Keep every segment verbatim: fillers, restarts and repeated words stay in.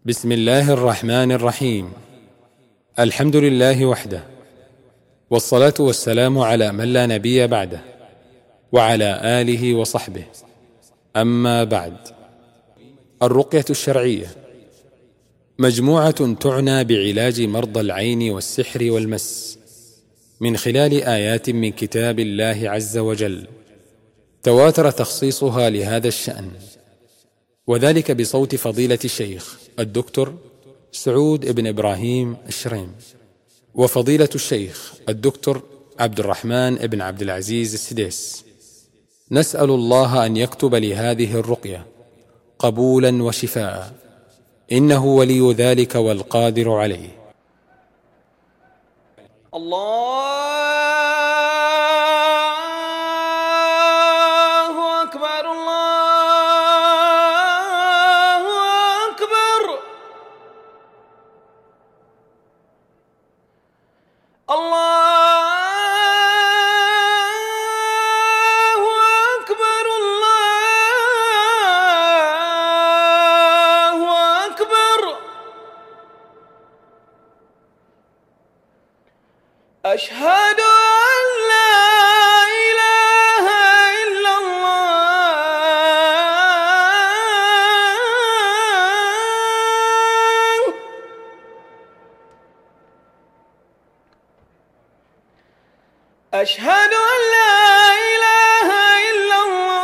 بسم الله الرحمن الرحيم. الحمد لله وحده، والصلاة والسلام على من لا نبي بعده، وعلى آله وصحبه. أما بعد، الرقية الشرعية مجموعة تعنى بعلاج مرضى العين والسحر والمس من خلال آيات من كتاب الله عز وجل، تواتر تخصيصها لهذا الشأن، وذلك بصوت فضيلة الشيخ الدكتور سعود بن إبراهيم الشريم، وفضيلة الشيخ الدكتور عبد الرحمن بن عبد العزيز السديس. نسأل الله أن يكتب لهذه الرقية قبولا وشفاء، إنه ولي ذلك والقادر عليه. الله أكبر، الله أكبر، الله أكبر، الله أكبر. أشهد أن لا إله إلا الله. أشهد أن لا إله إلا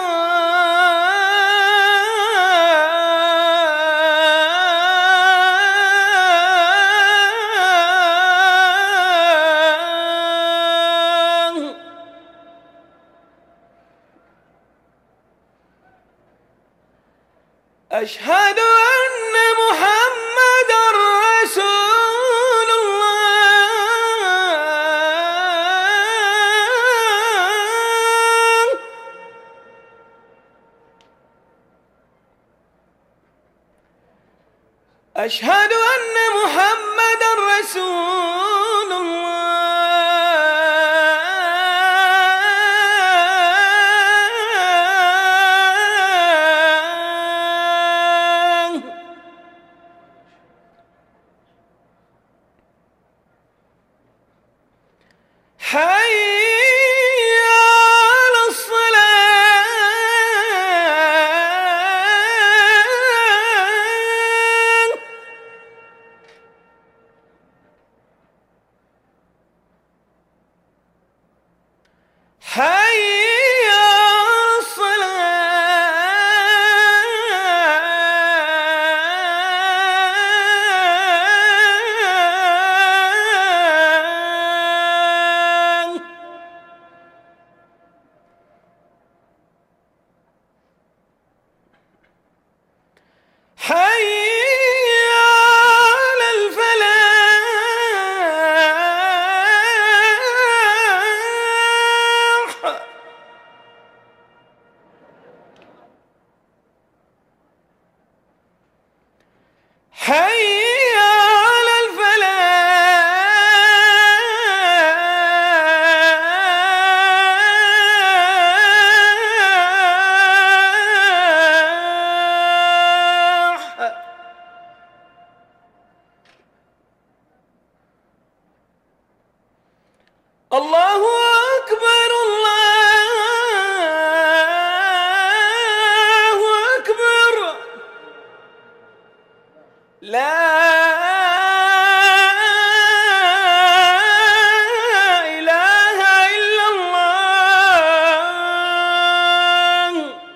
الله. أشهد أن محمدًا رسول الله. أشهد أن محمدًا رسول الله. حي على الصلاة. حي على الصلاة. حي على الفلاح. حي على الفلاح. الله أكبر، الله أكبر. لا إله إلا الله.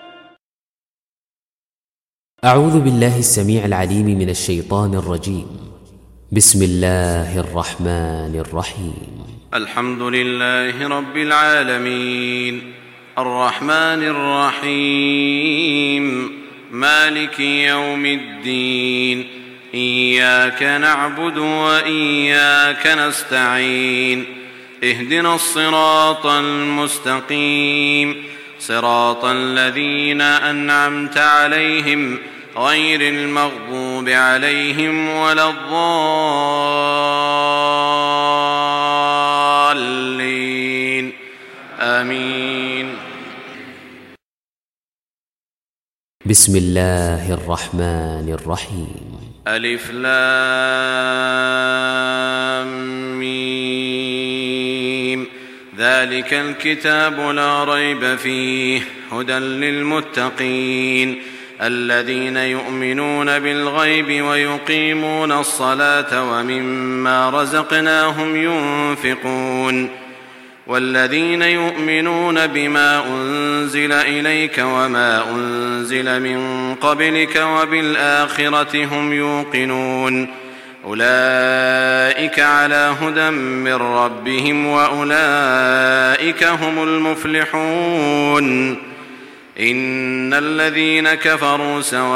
أعوذ بالله السميع العليم من الشيطان الرجيم. بسم الله الرحمن الرحيم. الحمد لله رب العالمين، الرحمن الرحيم، مالك يوم الدين. إياك نعبد وإياك نستعين. اهدنا الصراط المستقيم، صراط الذين أنعمت عليهم غير المغضوب عليهم ولا الضالين. آمين. بسم الله الرحمن الرحيم. ألف لام ميم. ذلك الكتاب لا ريب فيه هدى للمتقين الذين يؤمنون بالغيب ويقيمون الصلاة ومما رزقناهم ينفقون والذين يؤمنون بما أنزل إليك وما أنزل من قبلك وبالآخرة هم يوقنون أولئك على هدى من ربهم وأولئك هم المفلحون. إن الذين كفروا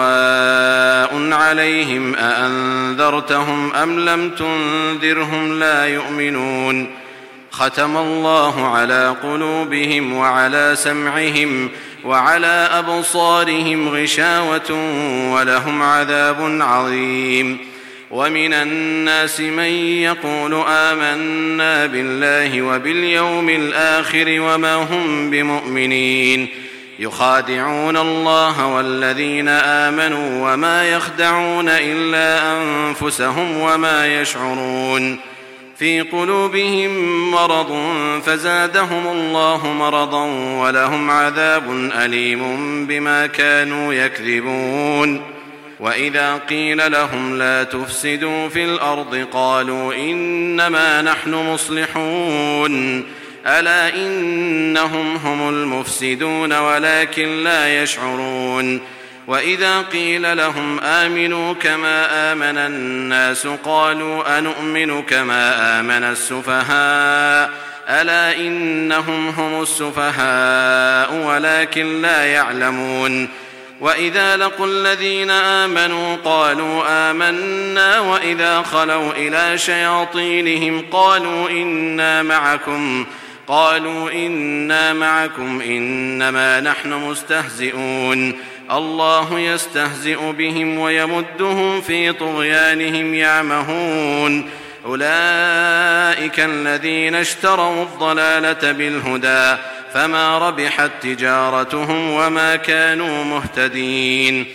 سواء عليهم أأنذرتهم أم لم تنذرهم لا يؤمنون ختم الله على قلوبهم وعلى سمعهم وعلى أبصارهم غشاوة ولهم عذاب عظيم. ومن الناس من يقول آمنا بالله وباليوم الآخر وما هم بمؤمنين يخادعون الله والذين آمنوا وما يخدعون إلا أنفسهم وما يشعرون. في قلوبهم مرض فزادهم الله مرضا ولهم عذاب أليم بما كانوا يكذبون. وإذا قيل لهم لا تفسدوا في الأرض قالوا إنما نحن مصلحون ألا إنهم هم المفسدون ولكن لا يشعرون. وإذا قيل لهم آمنوا كما آمن الناس قالوا أنؤمن كما آمن السفهاء ألا إنهم هم السفهاء ولكن لا يعلمون. وإذا لقوا الذين آمنوا قالوا آمنا وإذا خلوا إلى شياطينهم قالوا إنا معكم قالوا إنا معكم إنما نحن مستهزئون الله يستهزئ بهم ويمدهم في طغيانهم يعمهون. أولئك الذين اشتروا الضلالة بالهدى فما ربحت تجارتهم وما كانوا مهتدين.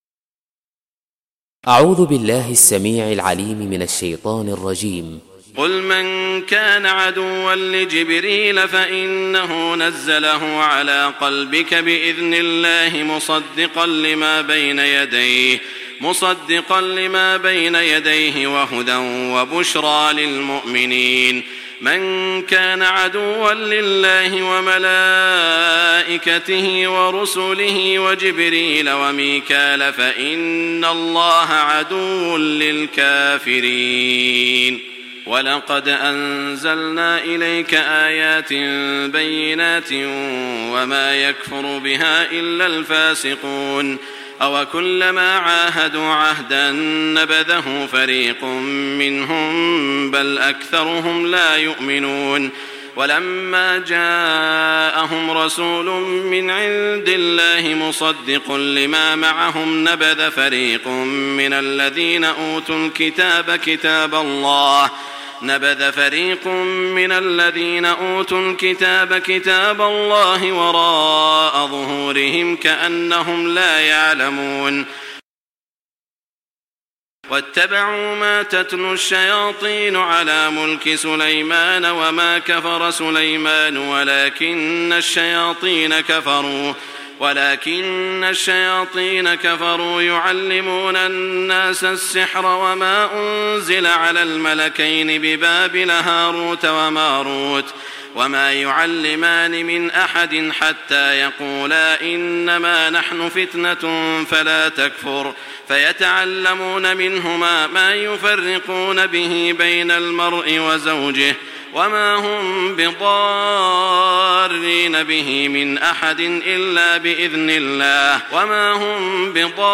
أعوذ بالله السميع العليم من الشيطان الرجيم. قل من كان عدوا لجبريل فإنه نزله على قلبك بإذن الله مصدقا لما بين يديه مصدقا لما بين يديه وهدى وبشرى للمؤمنين. من كان عدوا لله وملائكته ورسله وجبريل وميكال فإن الله عدو للكافرين. ولقد أنزلنا إليك آيات بينات وما يكفر بها إلا الفاسقون. أو كلما عاهدوا عهدا نبذه فريق منهم بل أكثرهم لا يؤمنون. ولما جاءهم رسول من عند الله مصدق لما معهم نبذ فريق من الذين أوتوا الكتاب كتاب الله نبذ فريق من الذين أوتوا الكتاب كتاب الله وراء ظهورهم كأنهم لا يعلمون. واتبعوا ما تتلو الشياطين على ملك سليمان وما كفر سليمان ولكن الشياطين كفروا ولكن الشياطين كفروا يعلمون الناس السحر وما أنزل على الملكين ببابل هاروت وماروت وما يعلمان من أحد حتى يقولا إنما نحن فتنة فلا تكفر فيتعلمون منهما ما يفرقون به بين المرء وزوجه وما هم بضارين به من أحد إلا بإذن الله وما هم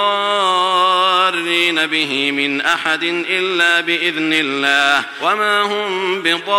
بضارين به من أحد إلا بإذن الله وما هم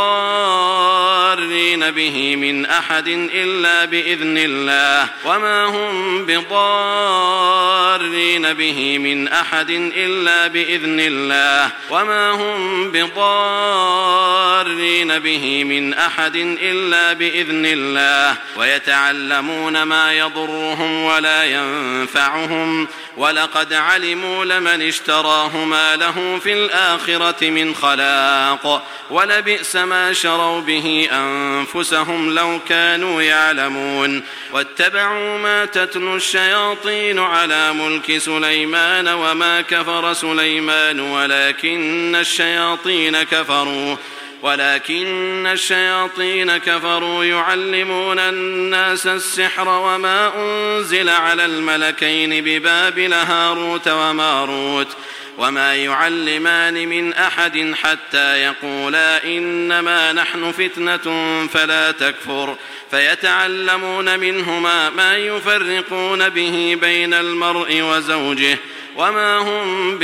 بضارين به من أحد إلا بإذن الله وما هم بضارين به من أحد إلا بإذن الله وما هم بضارين به من أحد إلا بإذن الله ويتعلمون ما يضرهم ولا ينفعهم ولقد علموا لمن اشتراه ما له في الآخرة من خلاق ولبئس ما شروا به أنفسهم لو كانوا يعلمون واتبعوا ما تتلو الشياطين على ملك سليمان وما كفر سليمان ولكن الشياطين كفروا ولكن الشياطين كفروا يعلمون الناس السحر وما أنزل على الملكين ببابل هاروت وماروت وما يعلمان من أحد حتى يقولا إنما نحن فتنة فلا تكفر فيتعلمون منهما ما يفرقون به بين المرء وزوجه وما هم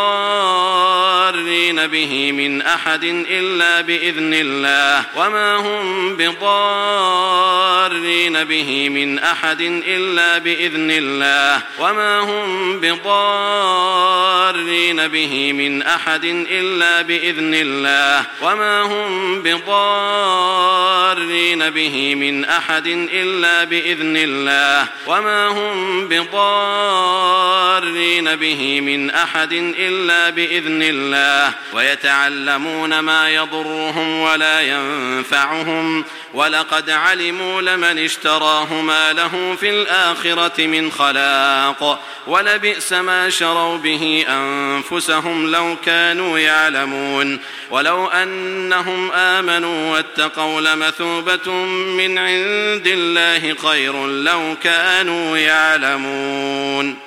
بضارين به من أحد إلا بإذن الله وما هم بضارين به من أحد إلا بإذن الله وما هم بضارين به من أحد إلا بإذن الله وما هم بضارين به من أحد إلا بإذن الله وما هم بضارين به من أحد إلا بإذن الله ويتعلمون ما يضرهم ولا ينفعهم ولقد علموا لمن اشتراه ما له في الآخرة من خلاق ولبئس ما شروا به أنفسهم لو كانوا يعلمون ولو أنهم آمنوا واتقوا لمثوبة من عند الله خير لو كانوا يعلمون.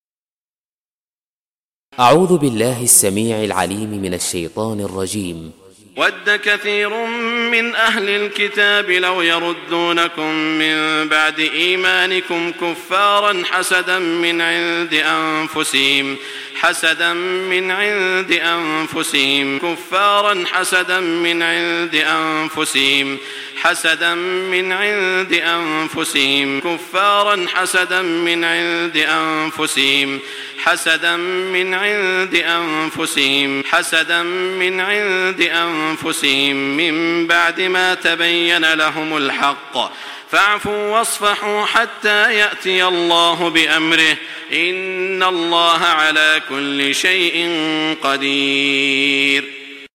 أعوذ بالله السميع العليم من الشيطان الرجيم. ود كثير من أهل الكتاب لو يردونكم من بعد إيمانكم كفارا حسدا من عند أنفسهم حسدا من عند أنفسهم كفارا حسدا من عند أنفسهم حسدا من عند أنفسهم كفارا حسدا من عند أنفسهم حسدا من عند أنفسهم حسدا من عند أنفسهم من بعد ما تبين لهم الحق فاعفوا واصفحوا حتى يأتي الله بأمره إن الله على كل شيء قدير.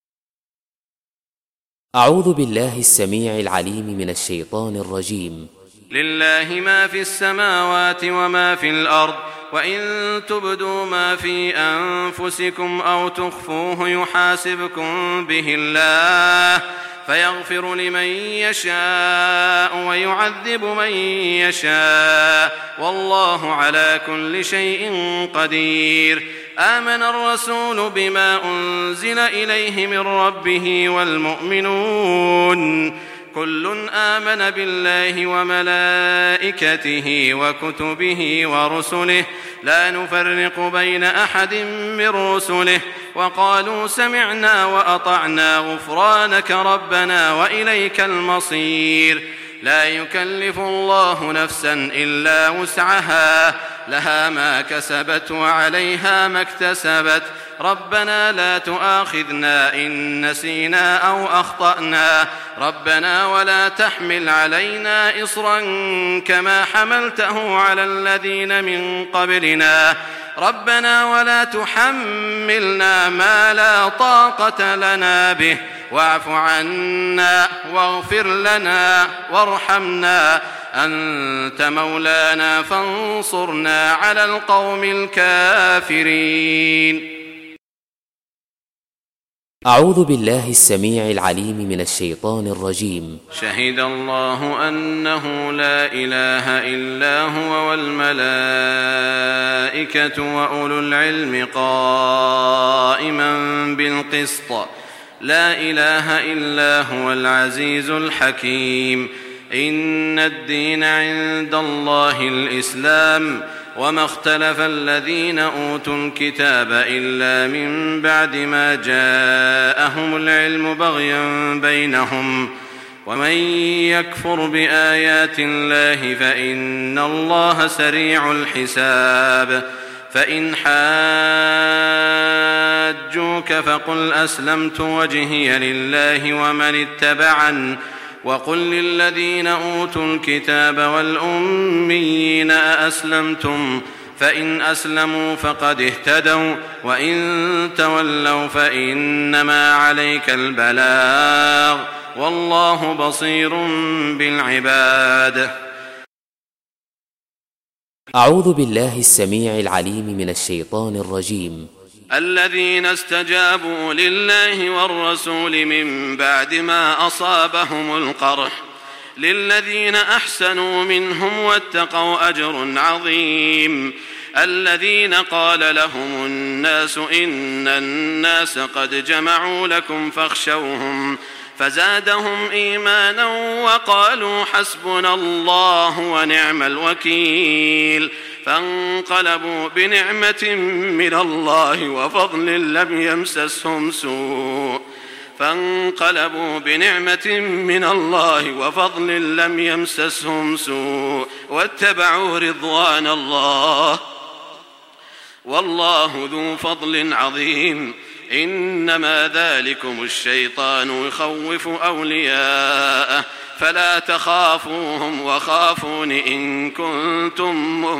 أعوذ بالله السميع العليم من الشيطان الرجيم. لله ما في السماوات وما في الأرض وإن تبدوا ما في أنفسكم أو تخفوه يحاسبكم به الله فيغفر لمن يشاء ويعذب من يشاء والله على كل شيء قدير. آمن الرسول بما أنزل إليه من ربه والمؤمنون كل آمن بالله وملائكته وكتبه ورسله لا نفرق بين أحد من رسله وقالوا سمعنا وأطعنا غفرانك ربنا وإليك المصير. لا يكلف الله نفسا إلا وسعها لها ما كسبت وعليها ما اكتسبت ربنا لا تؤاخذنا إن نسينا أو أخطأنا ربنا ولا تحمل علينا إصرا كما حملته على الذين من قبلنا ربنا ولا تحملنا ما لا طاقة لنا به واعف عنا واغفر لنا وارحمنا أنت مولانا فانصرنا على القوم الكافرين. أعوذ بالله السميع العليم من الشيطان الرجيم. شهد الله أنه لا إله إلا هو والملائكة وأولو العلم قائما بالقسط لا إله إلا هو العزيز الحكيم. إن الدين عند الله الإسلام وما اختلف الذين أوتوا الكتاب إلا من بعد ما جاءهم العلم بغيا بينهم ومن يكفر بآيات الله فإن الله سريع الحساب. فإن حاد حاجوك فقل أسلمت وجهي لله ومن اتبعن وقل للذين أوتوا الكتاب والأميين أأسلمتم فإن أسلموا فقد اهتدوا وإن تولوا فإنما عليك البلاغ والله بصير بالعباد. أعوذ بالله السميع العليم من الشيطان الرجيم. الذين استجابوا لله والرسول من بعد ما أصابهم القرح للذين أحسنوا منهم واتقوا أجر عظيم. الذين قال لهم الناس إن الناس قد جمعوا لكم فاخشوهم فزادهم إيمانا وقالوا حسبنا الله ونعم الوكيل فانقلبوا بنعمة من الله وفضل لم يمسسهم سوء فانقلبوا بنعمة من الله وفضل لم يمسسهم سوء واتبعوا رضوان الله والله ذو فضل عظيم. إنما ذلكم الشيطان يخوف أولياءه فلا تخافوهم وخافون إن كنتم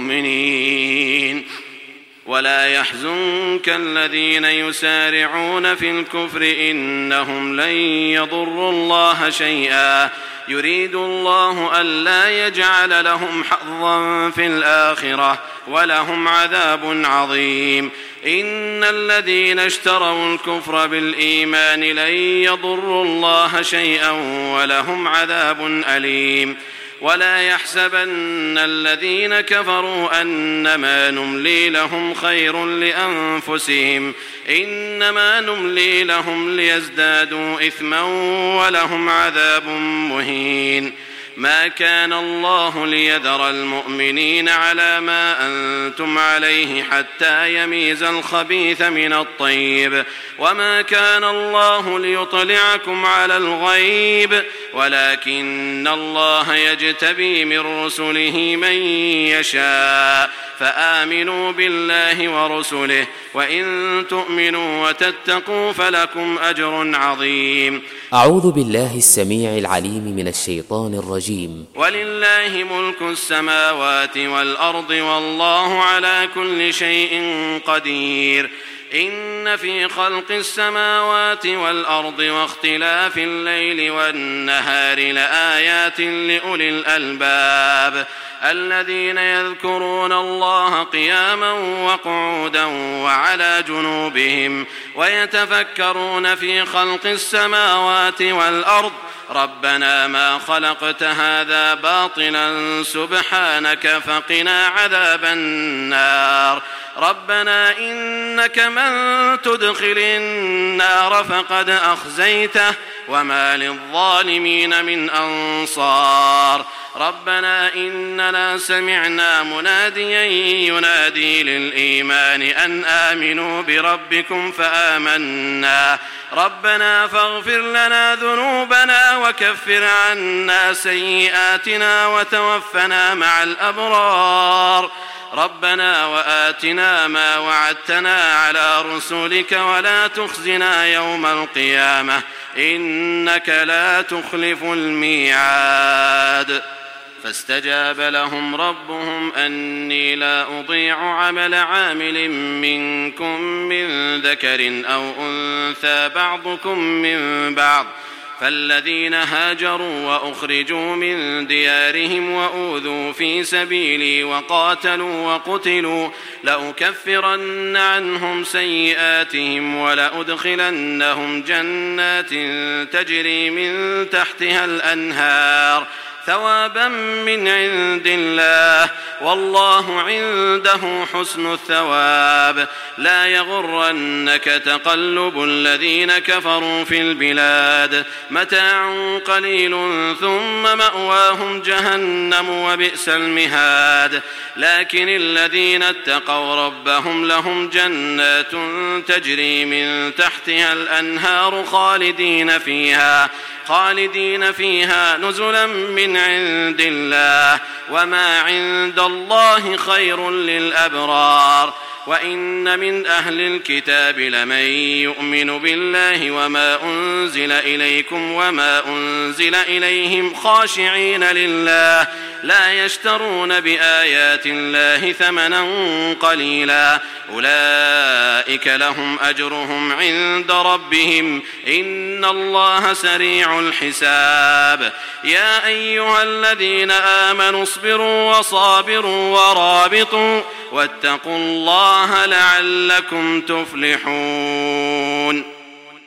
مؤمنين. ولا يحزنك الذين يسارعون في الكفر إنهم لن يضروا الله شيئا يريد الله ألا يجعل لهم حظا في الآخرة ولهم عذاب عظيم. إن الذين اشتروا الكفر بالإيمان لن يضروا الله شيئا ولهم عذاب أليم. ولا يحسبن الذين كفروا أنما نملي لهم خير لأنفسهم إنما نملي لهم ليزدادوا إثما ولهم عذاب مهين. ما كان الله ليذر المؤمنين على ما أنتم عليه حتى يميز الخبيث من الطيب وما كان الله ليطلعكم على الغيب ولكن الله يجتبي من رسله من يشاء فآمنوا بالله ورسله وإن تؤمنوا وتتقوا فلكم أجر عظيم. أعوذ بالله السميع العليم من الشيطان الرجيم. ولله ملك السماوات والأرض والله على كل شيء قدير. إن في خلق السماوات والأرض واختلاف الليل والنهار لآيات لأولي الألباب الذين يذكرون الله قياما وقعودا وعلى جنوبهم ويتفكرون في خلق السماوات والأرض ربنا ما خلقت هذا باطلا سبحانك فقنا عذاب النار. ربنا إنك من تدخل النار فقد أخزيته وما للظالمين من أنصار. ربنا إننا سمعنا مناديا ينادي للإيمان أن آمنوا بربكم فآمنا ربنا فاغفر لنا ذنوبنا وكفر عنا سيئاتنا وتوفنا مع الأبرار. ربنا وآتنا ما وعدتنا على رسلك ولا تخزنا يوم القيامة إنك لا تخلف الميعاد. فاستجاب لهم ربهم أني لا أضيع عمل عامل منكم من ذكر أو أنثى بعضكم من بعض فالذين هاجروا وأخرجوا من ديارهم وأوذوا في سبيلي وقاتلوا وقتلوا لأكفرن عنهم سيئاتهم ولأدخلنهم جنات تجري من تحتها الأنهار ثوابا من عند الله والله عنده حسن الثواب. لا يغرنك تقلب الذين كفروا في البلاد متاع قليل ثم مأواهم جهنم وبئس المهاد. لكن الذين اتقوا ربهم لهم جنات تجري من تحتها الأنهار خالدين فيها خالدين فيها نزلا من عند الله وما عند الله خير للأبرار. وإن من أهل الكتاب لمن يؤمن بالله وما أنزل إليكم وما أنزل إليهم خاشعين لله لا يشترون بآيات الله ثمنا قليلا أولئك لهم أجرهم عند ربهم إن الله سريع الحساب يا أيها الذين آمنوا اصبروا وصابروا ورابطوا واتقوا الله لعلكم تفلحون.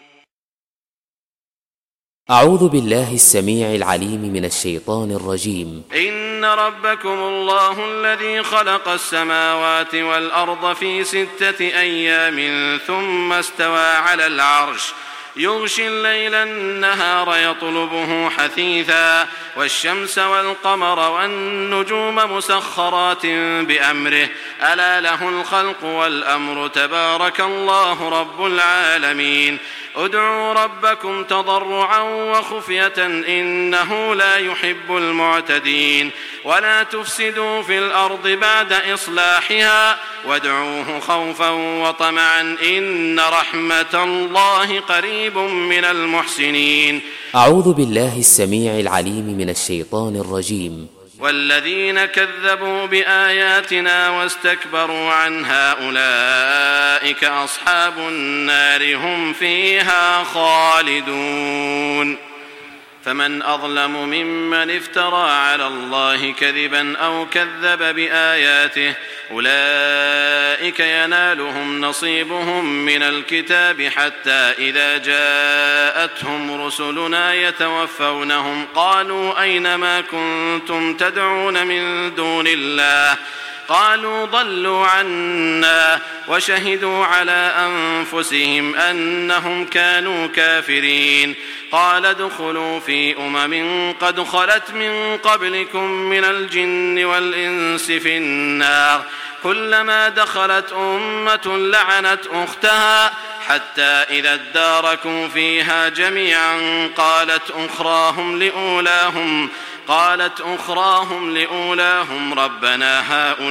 أعوذ بالله السميع العليم من الشيطان الرجيم. إن ربكم الله الذي خلق السماوات والأرض في ستة أيام ثم استوى على العرش يغشي الليل النهار يطلبه حثيثا والشمس والقمر والنجوم مسخرات بأمره ألا له الخلق والأمر تبارك الله رب العالمين. ادعوا ربكم تضرعا وخفية إنه لا يحب المعتدين ولا تفسدوا في الأرض بعد إصلاحها وادعوه خوفا وطمعا إن رحمة الله قريب من المحسنين. أعوذ بالله السميع العليم من الشيطان الرجيم. والذين كذبوا بآياتنا واستكبروا عنها أولئك أصحاب النار هم فيها خالدون. فمن أظلم ممن افترى على الله كذبا أو كذب بآياته أولئك ينالهم نصيبهم من الكتاب حتى إذا جاءتهم رسلنا يتوفونهم قالوا أين ما كنتم تدعون من دون الله قالوا ضلوا عنا وشهدوا على أنفسهم أنهم كانوا كافرين. قال ادخلوا في أمم قد خلت من قبلكم من الجن والإنس في النار كلما دخلت أمة لعنت أختها حتى إذا اداركوا فيها جميعا قالت أخراهم لأولاهم قالت أخراهم لأولاهم ربنا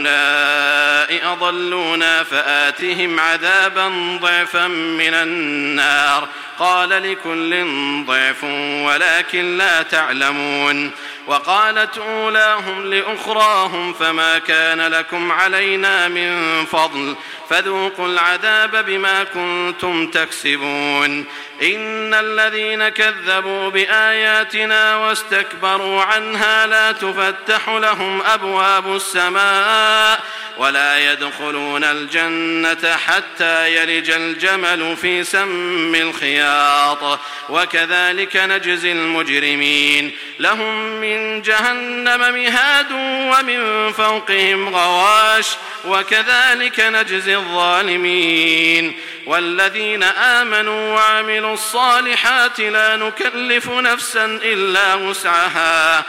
هؤلاء أضلونا فآتهم عذابا ضعفا من النار قال لكل ضعف ولكن لا تعلمون. وقالت أولاهم لأخراهم فما كان لكم علينا من فضل فذوقوا العذاب بما كنتم تكسبون. إن الذين كذبوا بآياتنا واستكبروا عنها لا تفتح لهم أبواب السماء ولا يدخلون الجنة حتى يلج الجمل في سم الخياط وكذلك نجزي المجرمين. لهم من جهنم مهاد ومن فوقهم غواش وكذلك نجزي الظالمين. والذين آمنوا وعملوا الصالحات لا نكلف نفسا إلا وسعها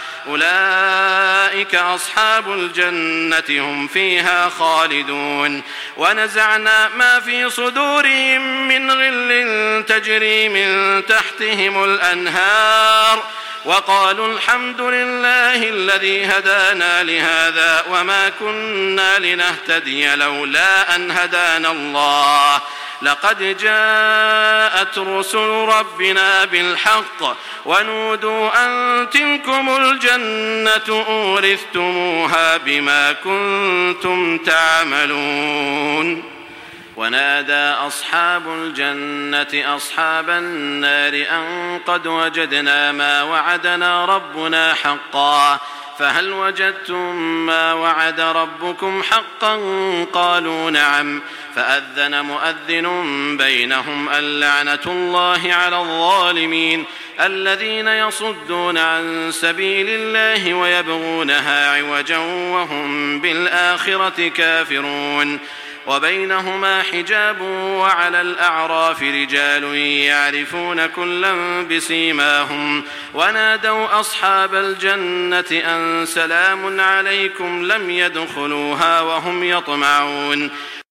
أولئك أصحاب الجنة هم فيها خالدون. ونزعنا ما في صدورهم من غل تجري من تحتهم الأنهار وقالوا الحمد لله الذي هدانا لهذا وما كنا لنهتدي لولا أن هدانا الله لقد جاءت رسل ربنا بالحق ونودوا أن تلكم الجنة أورثتموها بما كنتم تعملون. ونادى أصحاب الجنة أصحاب النار أن قد وجدنا ما وعدنا ربنا حقا فهل وجدتم ما وعد ربكم حقا قالوا نعم فأذن مؤذن بينهم اللعنة الله على الظالمين الذين يصدون عن سبيل الله ويبغونها عوجا وهم بالآخرة كافرون. وبينهما حجاب وعلى الأعراف رجال يعرفون كلا بسيماهم ونادوا أصحاب الجنة أن سلام عليكم لم يدخلوها وهم يطمعون.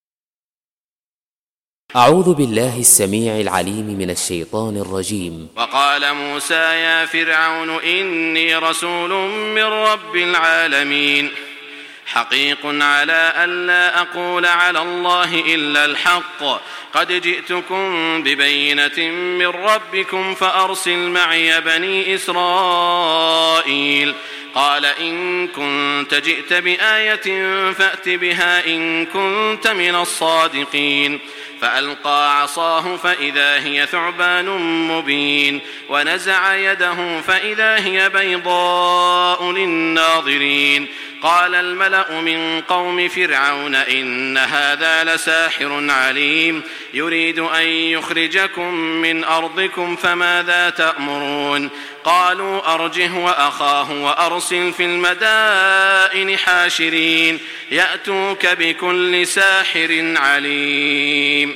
أعوذ بالله السميع العليم من الشيطان الرجيم. وقال موسى يا فرعون إني رسول من رب العالمين حقيق على ألا أقول على الله إلا الحق. قد جئتكم ببينة من ربكم فأرسل معي بني إسرائيل. قال إن كنت جئت بآية فأت بها إن كنت من الصادقين. فألقى عصاه فإذا هي ثعبان مبين ونزع يده فإذا هي بيضاء للناظرين. قال الملأ من قوم فرعون إن هذا لساحر عليم يريد أن يخرجكم من أرضكم فماذا تأمرون؟ قالوا أرجه وأخاه وأرسل في المدائن حاشرين يأتوك بكل ساحر عليم.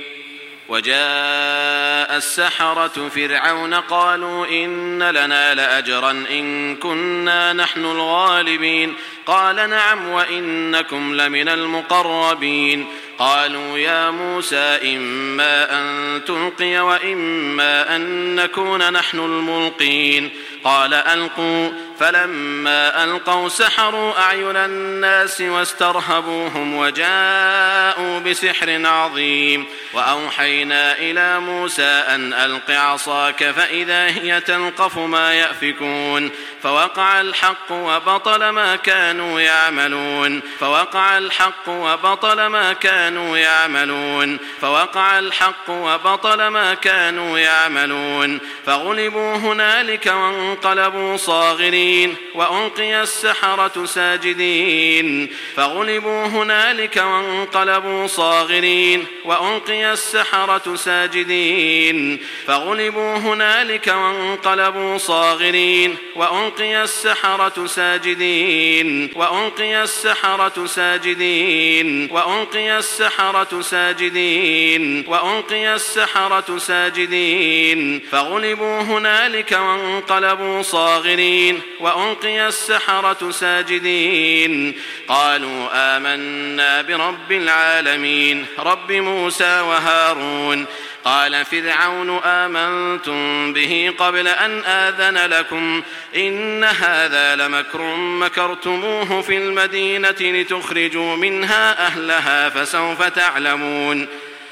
وجاء السحرة فرعون قالوا إن لنا لأجرا إن كنا نحن الغالبين. قال نعم وإنكم لمن المقربين. قالوا يا موسى إما أن تلقي وإما أن نكون نحن الملقين. قال ألقوا. فلما ألقوا سحروا أعين الناس واسترهبوهم وجاءوا بسحر عظيم. وأوحينا إلى موسى أن ألق عصاك فإذا هي تلقف ما يأفكون. فوقع الحق وبطل ما كانوا يعملون. فوقع الحق وبطل ما كانوا يعملون. فوقع الحق وبطل ما كانوا يعملون. فغلبوا هنالك وانقلبوا صاغرين وألقي السحرة ساجدين. فغلبوا هنالك وانقلبوا صاغرين وألقي السحرة ساجدين. فغلبوا هنالك وانقلبوا صاغرين وألقي السحرة ساجدين. وألقي السحرة ساجدين. وألقي السحرة ساجدين. وألقي السحرة ساجدين. فغلبوا هنالك وانقلبوا صاغرين وألقي السحرة ساجدين. قالوا آمنا برب العالمين رب موسى وهارون. قال فرعون آمنتم به قبل أن آذن لكم إن هذا لمكر مكرتموه في المدينة لتخرجوا منها أهلها فسوف تعلمون.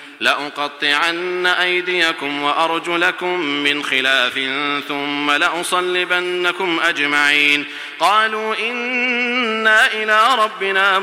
لأقطعن أيديكم وأرجلكم من خلاف ثم لأصلبنكم أجمعين. قالوا إنا إلى ربنا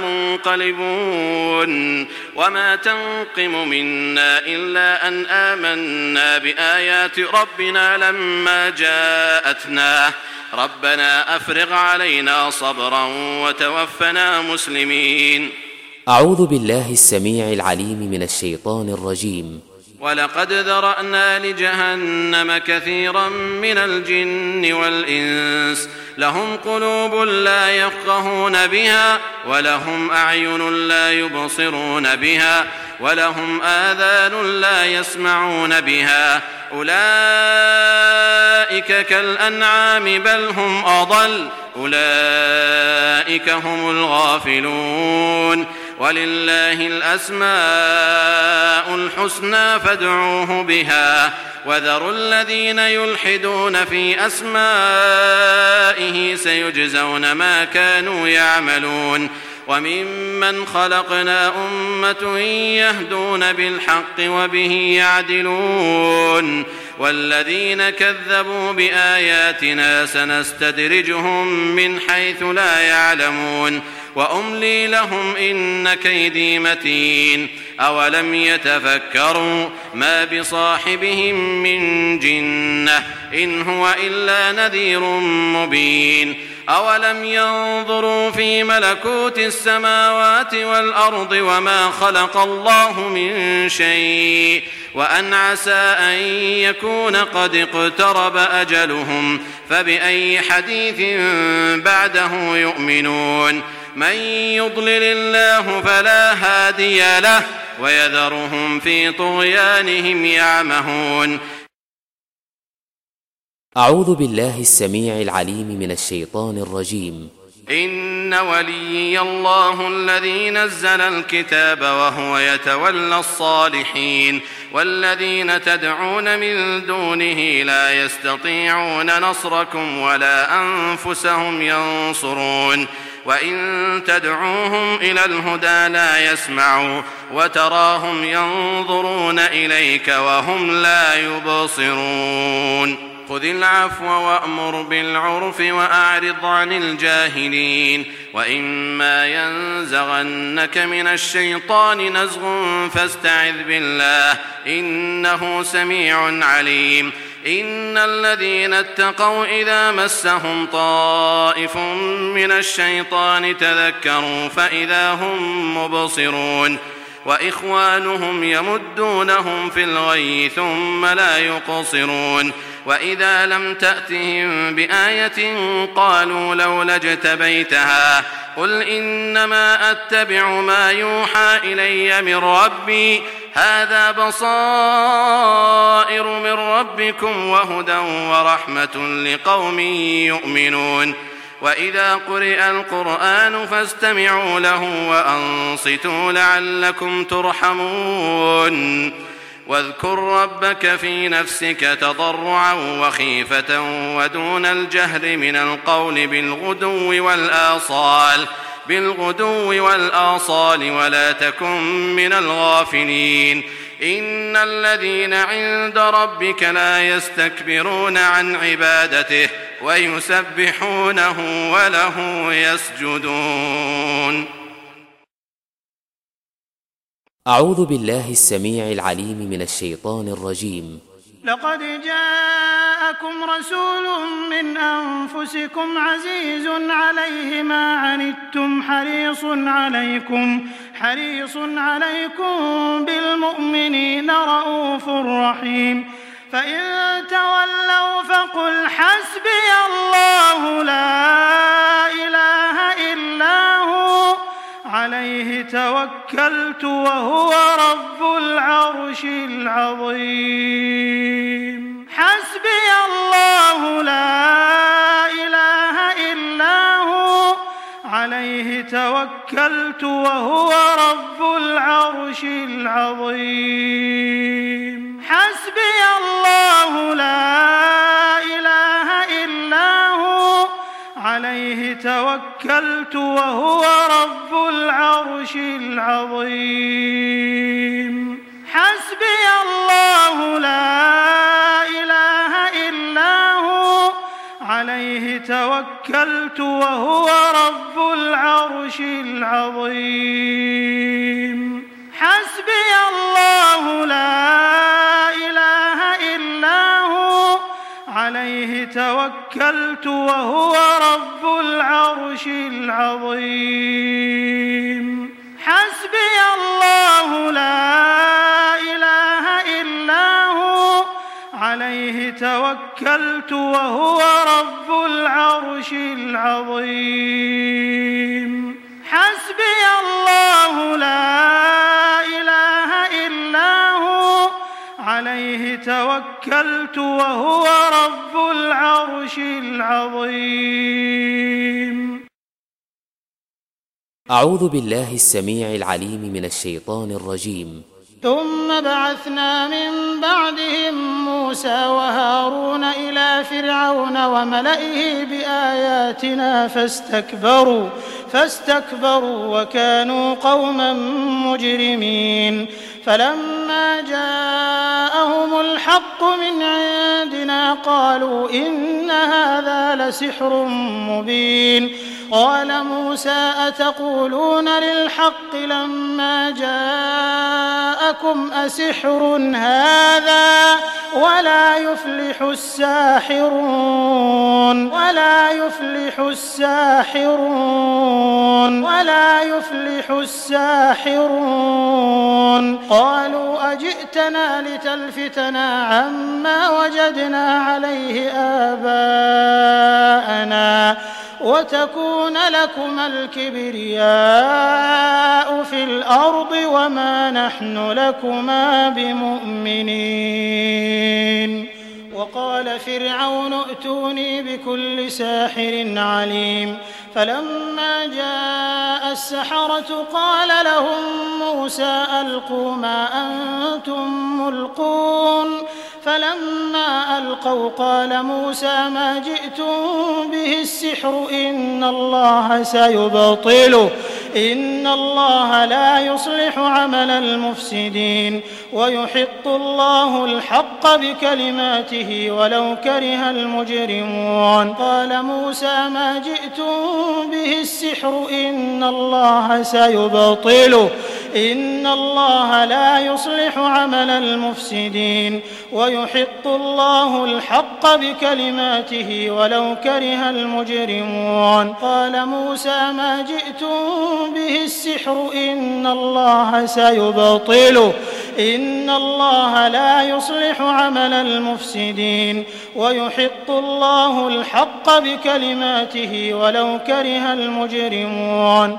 منقلبون. وما تنقم منا إلا أن آمنا بآيات ربنا لما جاءتنا ربنا أفرغ علينا صبرا وتوفنا مسلمين. أعوذ بالله السميع العليم من الشيطان الرجيم. ولقد ذرأنا لجهنم كثيرا من الجن والإنس لهم قلوب لا يفقهون بها ولهم أعين لا يبصرون بها ولهم آذان لا يسمعون بها أولئك كالأنعام بل هم أضل أولئك هم الغافلون. ولله الأسماء الحسنى فادعوه بها وذروا الذين يلحدون في أسمائه سيجزون ما كانوا يعملون. وممن خلقنا أمة يهدون بالحق وبه يعدلون. والذين كذبوا بآياتنا سنستدرجهم من حيث لا يعلمون وأملي لهم إن كيدي متين. أولم يتفكروا ما بصاحبهم من جنة إن هو إلا نذير مبين. أولم ينظروا في ملكوت السماوات والأرض وما خلق الله من شيء وأن عسى أن يكون قد اقترب أجلهم فبأي حديث بعده يؤمنون. من يضلل الله فلا هادي له ويذرهم في طغيانهم يعمهون. أعوذ بالله السميع العليم من الشيطان الرجيم. إن وليي الله الذي نزل الكتاب وهو يتولى الصالحين والذين تدعون من دونه لا يستطيعون نصركم ولا أنفسهم ينصرون. وإن تدعوهم إلى الهدى لا يسمعوا وتراهم ينظرون إليك وهم لا يبصرون خذ العفو وأمر بالعرف وأعرض عن الجاهلين وإما ينزغنك من الشيطان نزغ فاستعذ بالله إنه سميع عليم إن الذين اتقوا إذا مسهم طائف من الشيطان تذكروا فإذا هم مبصرون وإخوانهم يمدونهم في الغي ثم لا يقصرون وإذا لم تأتهم بآية قالوا لولا اجتبيتها قل إنما أتبع ما يوحى إلي من ربي هذا بصائر من ربكم وهدى ورحمة لقوم يؤمنون وإذا قرئ القرآن فاستمعوا له وأنصتوا لعلكم ترحمون واذكر ربك في نفسك تضرعا وخيفة ودون الجهر من القول بالغدو والآصال بالغدو والآصال ولا تكن من الغافلين إن الذين عند ربك لا يستكبرون عن عبادته ويسبحونه وله يسجدون. أعوذ بالله السميع العليم من الشيطان الرجيم. لقد جاءكم رسول من أنفسكم عزيز عليه ما عنتم حريص عليكم حريص عليكم بالمؤمنين رءوف رحيم فإن تولوا فقل حسبي الله لا إله إلا هو عليه توكلت وهو رب العرش العظيم حسبي الله لا إله إلا هو عليه توكلت وهو رب العرش العظيم حسبي الله لا إله إلا هو عليه توكلت وهو رب العرش العظيم حسبي الله لا إله إلا هو عليه توكلت وهو رب العرش العظيم حسبي الله لا إله إلا هو عليه توكلت وهو رب العرش العظيم حسبي الله لا إله إلا هو عليه توكلت وهو رب العرش العظيم حسبي الله لا إله إلا هو عليه توكلت وهو رب العرش العظيم. أعوذ بالله السميع العليم من الشيطان الرجيم. ثم بعثنا من بعدهم موسى وهارون إلى فرعون وملئه بآياتنا فاستكبروا فاستكبروا وكانوا قوما مجرمين فلما جاءهم الحق من عندنا قالوا إن هذا لسحر مبين قال موسى أتقولون للحق لما جاءكم أسحر هذا ولا يفلح الساحرون ولا يفلح الساحرون ولا يفلح الساحرون قالوا أجئتنا لتلفتنا عما وجدنا عليه آباءنا وتكون لكما الكبرياء في الأرض وما نحن لكما بمؤمنين وقال فرعون ائتوني بكل ساحر عليم فلما جاء السحرة قال لهم موسى ألقوا ما أنتم ملقون فلما ألقوا قال موسى ما جئتم به السحر إن الله سيبطله إن الله لا يصلح عمل المفسدين ويحق الله الحق بكلماته ولو كره المجرمون قال موسى ما جئتم به السحر إن الله سيبطله إن الله لا يصلح عمل المفسدين ويحق الله الحق بكلماته ولو كره المجرمون قال موسى ما جئتم به السحر إن الله سيبطله إن الله لا يصلح عمل المفسدين ويحق الله الحق بكلماته ولو كره المجرمون.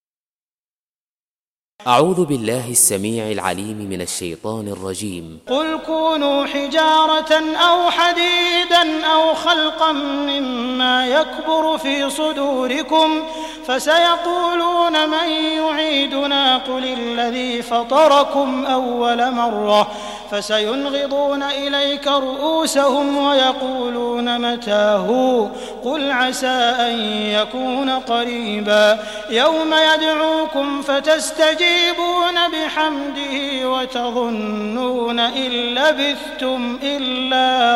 أعوذ بالله السميع العليم من الشيطان الرجيم. قل كونوا حجارة أو حديدا أو خلقا مما يكبر في صدوركم فسيقولون من يعيدنا قل الذي فطركم أول مرة فسينغضون إليك رؤوسهم ويقولون متى قل عسى أن يكون قريبا يوم يدعوكم فتستجيبون بحمده وتظنون إن لبثتم إلا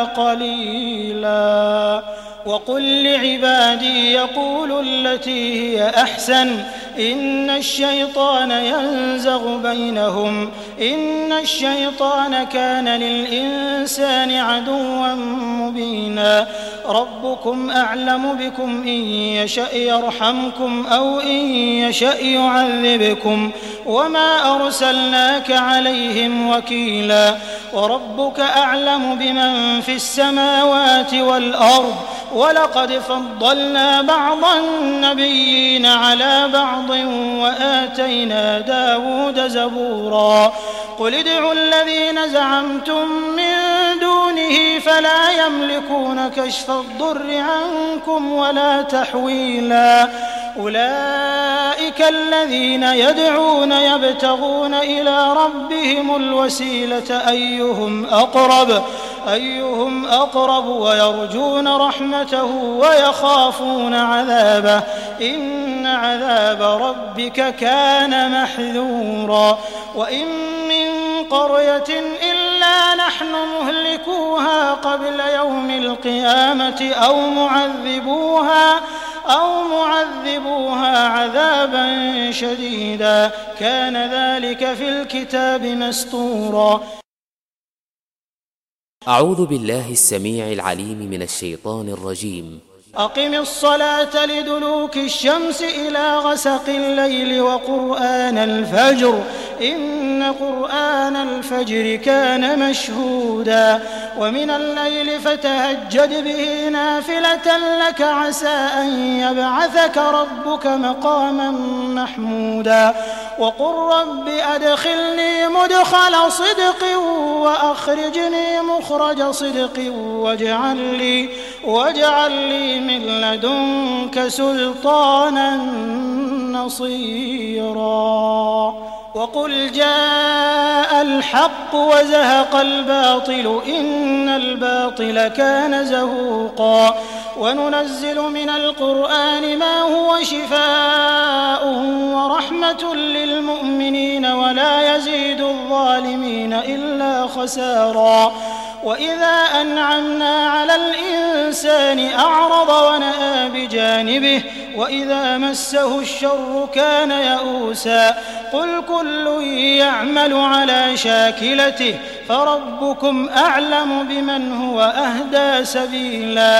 قليلا. وقل لعبادي يقولوا التي هي أحسن إن الشيطان ينزغ بينهم إن الشيطان كان للإنسان عدوا مبينا. ربكم أعلم بكم إن يشأ يرحمكم أو إن يشأ يعذبكم وما أرسلناك عليهم وكيلا. وربك أعلم بمن في السماوات والأرض ولقد فضلنا بعض النبيين على بعض وآتينا داود زبورا. قل ادعوا الذين زعمتم من دونه فلا يملكون كشف الضر عنكم ولا تحويلا. أولئك الذين يدعون يبتغون إلى ربهم الوسيلة أيهم أقرب أيهم أقرب ويرجون رحمته ويخافون عذابه إن عذاب ربك كان محذورا. وإن من قرية إلا نحن مهلكوها قبل يوم القيامة أو معذبوها أو معذبوها عذابا شديدا كان ذلك في الكتاب مسطورا. أعوذ بالله السميع العليم من الشيطان الرجيم. أقم الصلاة لدلوك الشمس إلى غسق الليل وقرآن الفجر إن قرآن الفجر كان مشهودا. ومن الليل فتهجد به نافلة لك عسى أن يبعثك ربك مقاما محمودا. وقل رب أدخلني مدخل صدق وأخرجني مخرج صدق واجعل لي, واجعل لي من لدنك سلطانا نصيرا. وقل جاء الحق وزهق الباطل إن الباطل كان زهوقا. وننزل من القرآن ما هو شفاء ورحمة للمؤمنين ولا يزيد الظالمين إلا خسارا. وإذا أنعمنا على الإنسان أعرض ونأى بجانبه وإذا مسه الشر كان يئوسا. قل كل يعمل على شاكلته فربكم أعلم بمن هو أهدى سبيلا.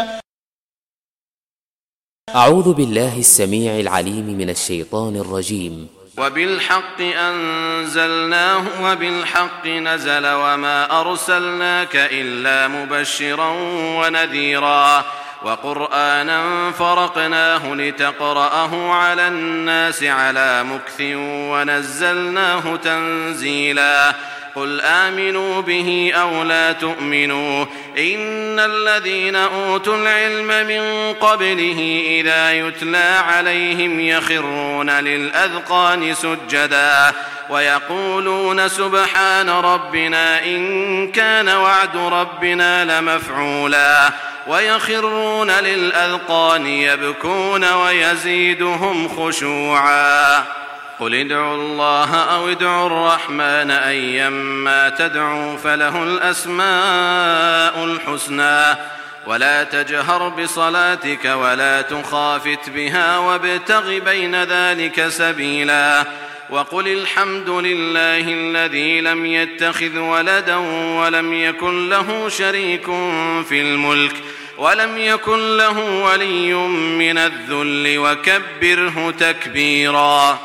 أعوذ بالله السميع العليم من الشيطان الرجيم. وبالحق أنزلناه وبالحق نزل وما أرسلناك إلا مبشرا ونذيرا وقرآنا فرقناه لتقرأه على الناس على مكث ونزلناه تنزيلا. قل آمنوا به أو لا تؤمنوا إن الذين أوتوا العلم من قبله إذا يتلى عليهم يخرون للأذقان سجدا ويقولون سبحان ربنا إن كان وعد ربنا لمفعولا ويخرون للأذقان يبكون ويزيدهم خشوعا قل ادعوا الله أو ادعوا الرحمن أيما تدعوا فله الأسماء الحسنى ولا تجهر بصلاتك ولا تخافت بها وابتغ بين ذلك سبيلا وقل الحمد لله الذي لم يتخذ ولدا ولم يكن له شريك في الملك ولم يكن له ولي من الذل وكبره تكبيرا.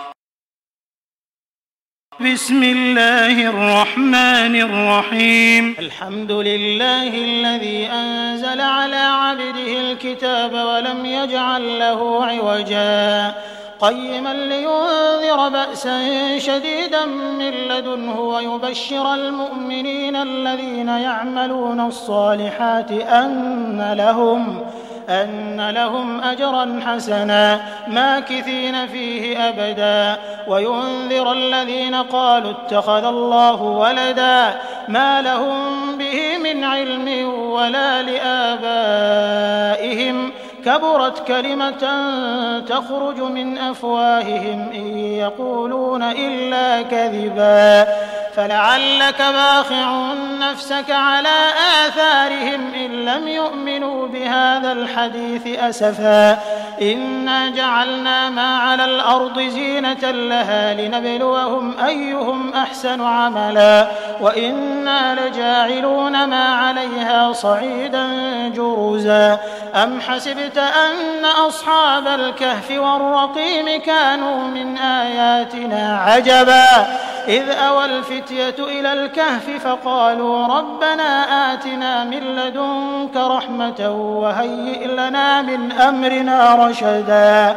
بسم الله الرحمن الرحيم. الحمد لله الذي أنزل على عبده الكتاب ولم يجعل له عوجا قيما لينذر بأسا شديدا من لدنه ويبشر المؤمنين الذين يعملون الصالحات أن لهم أن لهم أجرا حسنا ماكثين فيه أبدا وينذر الذين قالوا اتخذ الله ولدا ما لهم به من علم ولا لآبائهم كبرت كلمة تخرج من أفواههم إن يقولون إلا كذبا فلعلك باخع نفسك على آثارهم إن لم يؤمنوا بهذا الحديث أسفا إنا جعلنا ما على الأرض زينة لها لنبلوهم أيهم أحسن عملا وإنا لجاعلون ما عليها صعيدا جرزا أم حسبت أن أصحاب الكهف والرقيم كانوا من آياتنا عجبا إذ أوى الفتية إلى الكهف فقالوا ربنا آتنا من لدنك رحمة وهيئ لنا من أمرنا رشدا.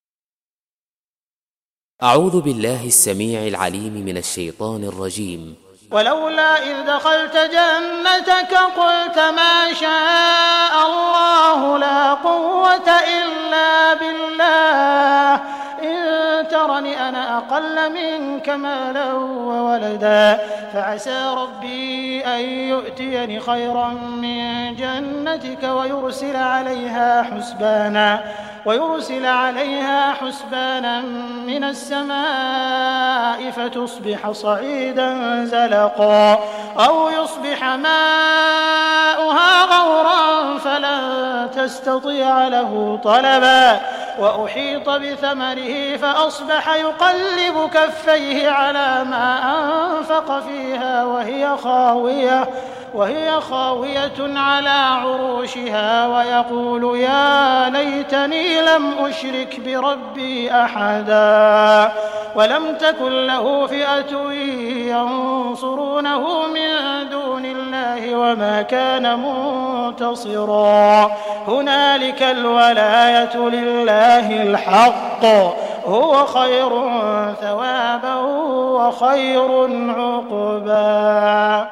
أعوذ بالله السميع العليم من الشيطان الرجيم. ولولا إذ دخلت جنتك قلت ما شاء الله لا قوة إلا بالله إن ترني أنا أقل منك مالا وولدا فعسى ربي أن يؤتيني خيرا من جنتك ويرسل عليها حسبانا ويرسل عليها حسبانا من السماء فتصبح صعيدا زلقا أو يصبح ماؤها غورا فلن تستطيع له طلبا وأحيط بثمره فأصبح يقلب كفيه على ما أنفق فيها وهي خاوية وهي خاوية على عروشها ويقول يا ليتني لم أشرك بربي أحدا ولم تكن له فئة ينصرونه من دون الله وما كان منتصرا هنالك الولاية لله الحق هو خير ثوابا وخير عقبا.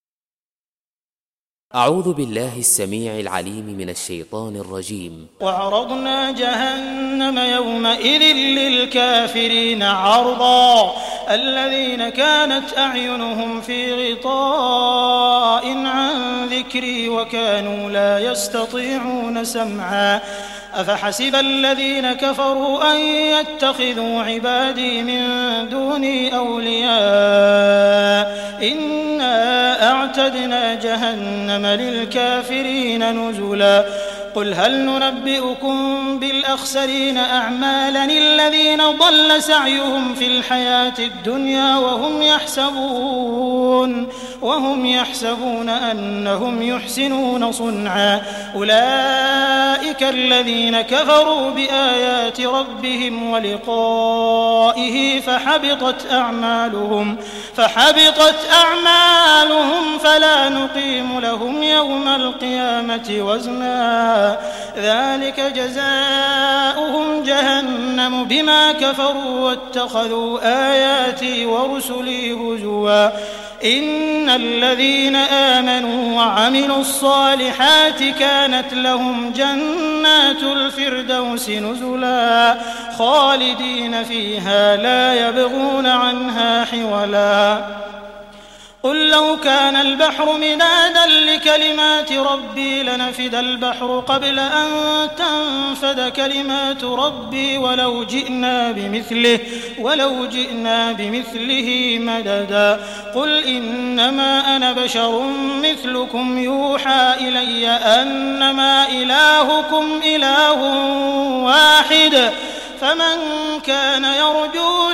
أعوذ بالله السميع العليم من الشيطان الرجيم. وعرضنا جهنم يومئذ للكافرين عرضا الذين كانت أعينهم في غطاء عن ذكري وكانوا لا يستطيعون سمعا أفحسب الذين كفروا أن يتخذوا عبادي من دوني أولياء إنا أعتدنا جهنم للكافرين نزلا قل هل ننبئكم بالأخسرين أعمالا الذين ضل سعيهم في الحياة الدنيا وهم يحسبون وهم يحسبون أنهم يحسنون صنعا أولئك الذين كفروا بآيات ربهم ولقائه فحبطت أعمالهم فحبطت أعمالهم فلا نقيم لهم يوم القيامة وزنا ذلك جزاؤهم جهنم بما كفروا واتخذوا آياتي ورسلي هزوا إن الذين آمنوا وعملوا الصالحات كانت لهم جنات الفردوس نزلا خالدين فيها لا يبغون عنها حولا قل لو كان البحر مدادا لكلمات ربي لنفد البحر قبل أن تنفد كلمات ربي ولو جئنا بمثله ولو جئنا بمثله مددا قل إنما أنا بشر مثلكم يوحى إلي أنما إلهكم إله واحد فمن كان يرجو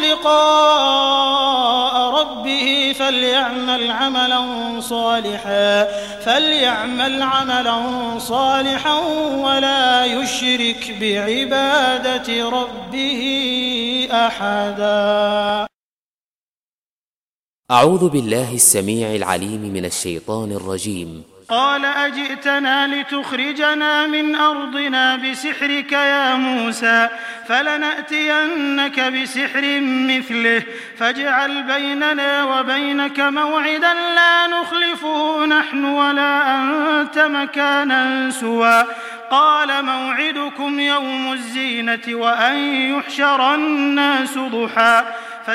لقاء ربه فليعمل عملا صالحا فليعمل عملا صالحا ولا يشرك بعبادة ربه أحدا. أعوذ بالله السميع العليم من الشيطان الرجيم. قال أجئتنا لتخرجنا من أرضنا بسحرك يا موسى فلنأتينك بسحر مثله فاجعل بيننا وبينك موعدا لا نخلفه نحن ولا أنت مكانا سوى قال موعدكم يوم الزينة وأن يحشر الناس ضحى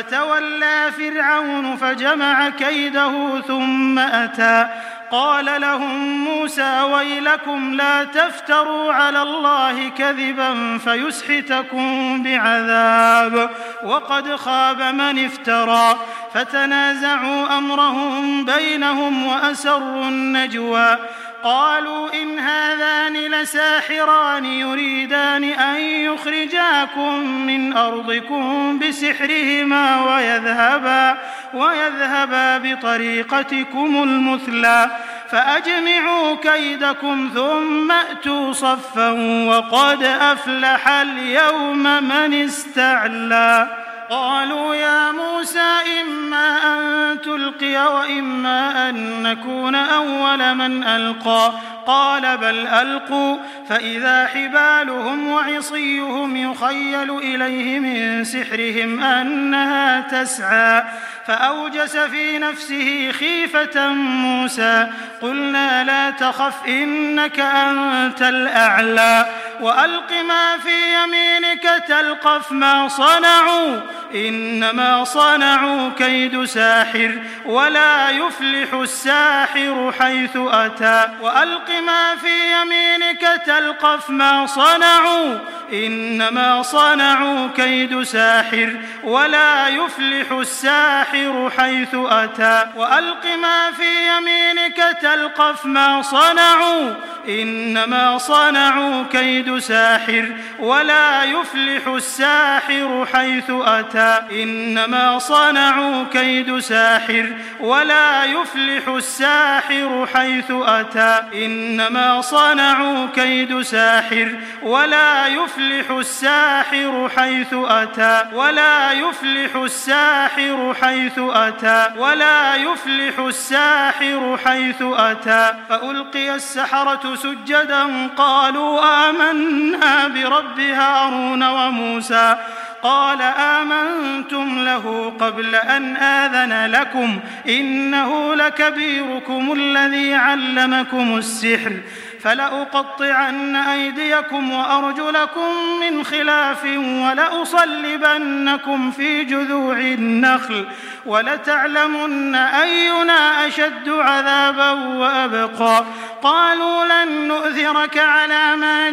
فتولى فرعون فجمع كيده ثم أتى قال لهم موسى ويلكم لا تفتروا على الله كذبا فيسحتكم بعذاب وقد خاب من افترى فتنازعوا أمرهم بينهم وأسروا النجوى قالوا إن هذان لساحران يريدان أن يخرجاكم من أرضكم بسحرهما ويذهبا, ويذهبا بطريقتكم المثلى فأجمعوا كيدكم ثم أتوا صفا وقد أفلح اليوم من استعلى قالوا يا موسى إما أن تلقي وإما أن نكون أول من ألقى قال بل ألقوا فإذا حبالهم وعصيهم يخيل إليه من سحرهم أنها تسعى فأوجس في نفسه خيفة موسى قلنا لا تخف إنك أنت الأعلى وألق ما في يمينك تلقف ما صنعوا إنما صنعوا كيد ساحر ولا يفلح الساحر حيث أتى وألق ما في يمينك تلقف ما صنعوا إنما صنعوا كيد ساحر ولا يفلح الساحر حيث أتى وألق ما في يمينك تلقف ما صنعوا إنما صنعوا كيد ساحر ولا يفلح الساحر حيث أتى إنما صنعوا كيد ساحر ولا يفلح الساحر حيث أتى إنما صنعوا كيد ساحر ولا يفلح الساحر حيث أتى ولا يفلح الساحر حيث أتى ولا يفلح الساحر حيث أتى فألقي السحرة سجدا قالوا آمنا برب هارون وموسى قال آمنتم له قبل أن آذن لكم إنه لكبيركم الذي علمكم السحر فلأقطعن أيديكم وأرجلكم من خلاف ولأصلبنكم في جذوع النخل ولتعلمن أينا أشد عذابا وأبقى قالوا لن نؤثرك على ما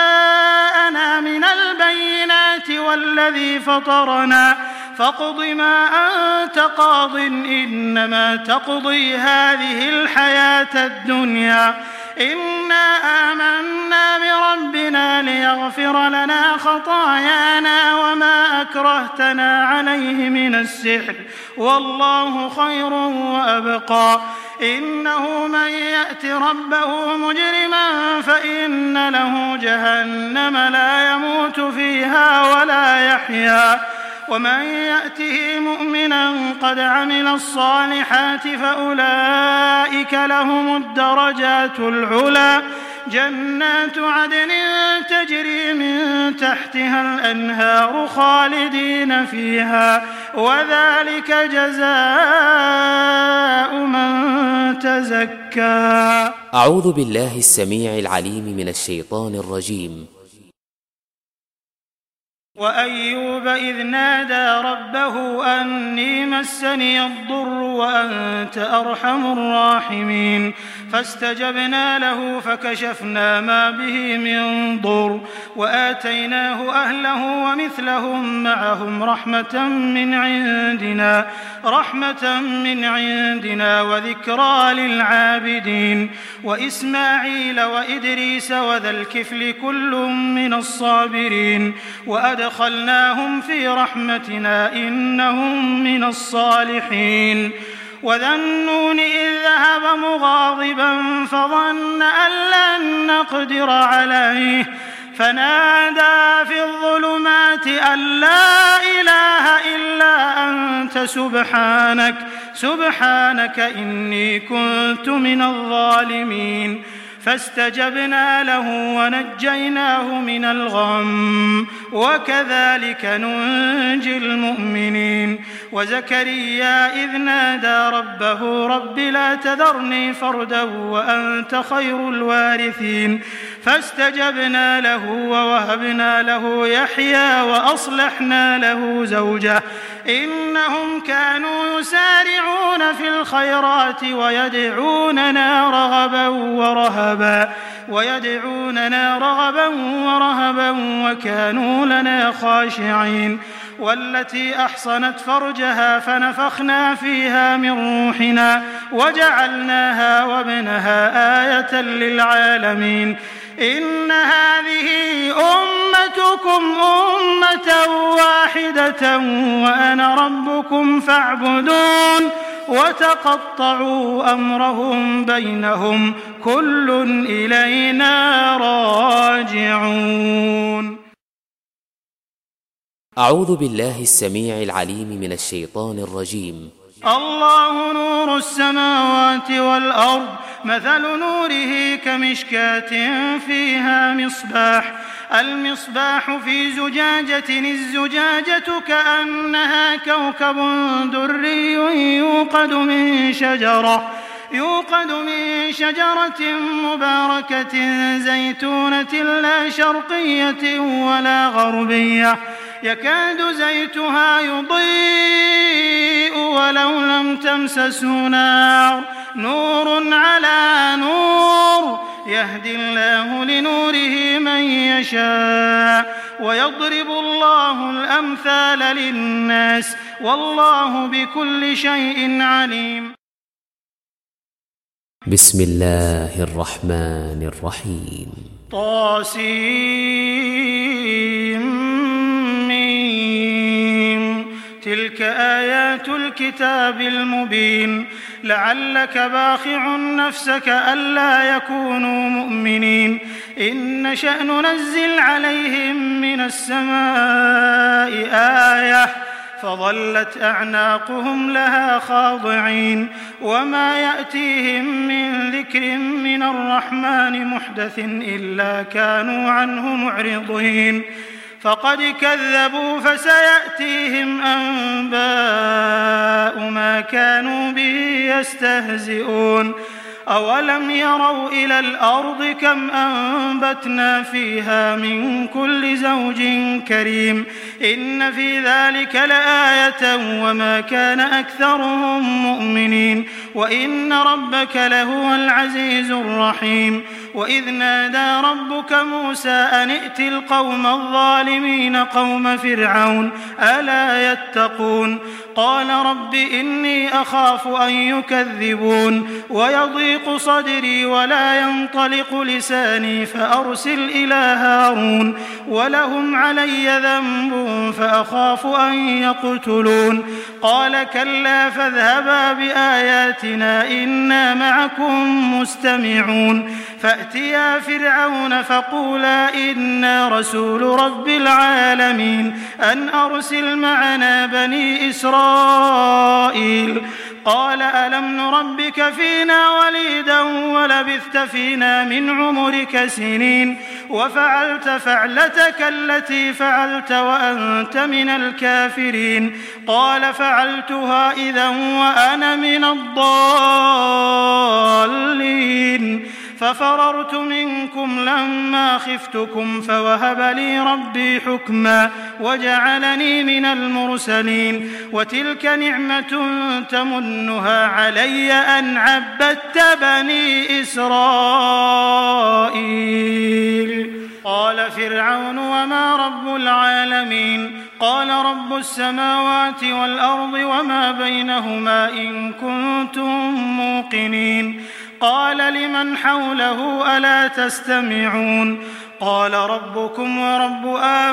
جاءنا من البينات والذي فطرنا فاقض ما أنت قاض إنما تقضي هذه الحياة الدنيا إنا آمنا بربنا ليغفر لنا خطايانا وما أكرهتنا عليه من السحر والله خير وأبقى إنه من يأت ربه مجرما فإن له جهنم لا يموت فيها ولا يحيا ومن يأته مؤمنا قد عمل الصالحات فأولئك لهم الدرجات العلى جنات عدن تجري من تحتها الأنهار خالدين فيها وذلك جزاء من تزكى. أعوذ بالله السميع العليم من الشيطان الرجيم. وأيوب إذ نادى ربه أني مسني الضر وأنت أرحم الراحمين فاستجبنا له فكشفنا ما به من ضر وآتيناه أهله ومثلهم معهم رحمة من عندنا رحمة من عندنا وذكرى للعابدين وإسماعيل وإدريس وذا الكفل كل من الصابرين وأدخلناهم في رحمتنا إنهم من الصالحين. وذا النون إذ ذهب مغاضبا فظن أن لن نقدر عليه فنادى في الظلمات أن لا إله إلا أنت سبحانك سبحانك إني كنت من الظالمين فاستجبنا له ونجيناه من الغم وكذلك ننجي المؤمنين. وزكريا إذ نادى ربه رب لا تذرني فردا وأنت خير الوارثين فاستجبنا له ووهبنا له يحيى وأصلحنا له زوجه إنهم كانوا يسارعون في الخيرات ويدعوننا رغبا ورهبا ويدعوننا رغبا ورهبا وكانوا لنا خاشعين. والتي أحصنت فرجها فنفخنا فيها من روحنا وجعلناها وابنها آية للعالمين. إن هذه أمتكم أمة واحدة وأنا ربكم فاعبدون وتقطعوا أمرهم بينهم كل إلينا راجعون. أعوذ بالله السميع العليم من الشيطان الرجيم. الله نور السماوات والأرض مثل نوره كمشكاة فيها مصباح المصباح في زجاجة الزجاجة كأنها كوكب دري يوقد من شجرة يوقد من شجرة مباركة زيتونة لا شرقية ولا غربية يكاد زيتها يضيء ولو لم تمسسه نار نور على نور يهدي الله لنوره من يشاء ويضرب الله الأمثال للناس والله بكل شيء عليم. بسم الله الرحمن الرحيم. طاسيم تلك آيات الكتاب المبين لعلك باخع نفسك ألا يكونوا مؤمنين إن نشأ ننزل عليهم من السماء آية فظلت أعناقهم لها خاضعين وما يأتيهم من ذكر من الرحمن محدث إلا كانوا عنه معرضين فقد كذبوا فسيأتيهم أنباء ما كانوا به يستهزئون أولم يروا إلى الأرض كم أنبتنا فيها من كل زوج كريم إن في ذلك لآية وما كان أكثرهم مؤمنين وإن ربك لهو العزيز الرحيم. وإذ نادى ربك موسى أن ائت القوم الظالمين قوم فرعون ألا يتقون قال رب إني أخاف أن يكذبون ويضيق صدري ولا ينطلق لساني فأرسل إلى هارون ولهم علي ذنب فأخاف أن يقتلون قال كلا فاذهبا بآياتنا إنا معكم مستمعون فأتيا فرعون فقولا إنا رسول رب العالمين أن أرسل معنا بني إسرائيل قال ألم نربك فينا وليدا ولبثت فينا من عمرك سنين وفعلت فعلتك التي فعلت وأنت من الكافرين. قال فعلتها إذا وأنا من الضالين ففررت منكم لما خفتكم فوهب لي ربي حكما وجعلني من المرسلين. وتلك نعمة تمنها علي أن عبدت بني إسرائيل. قال فرعون وما رب العالمين؟ قال رب السماوات والأرض وما بينهما إن كنتم موقنين. قال لمن حوله ألا تستمعون؟ قال ربكم ورب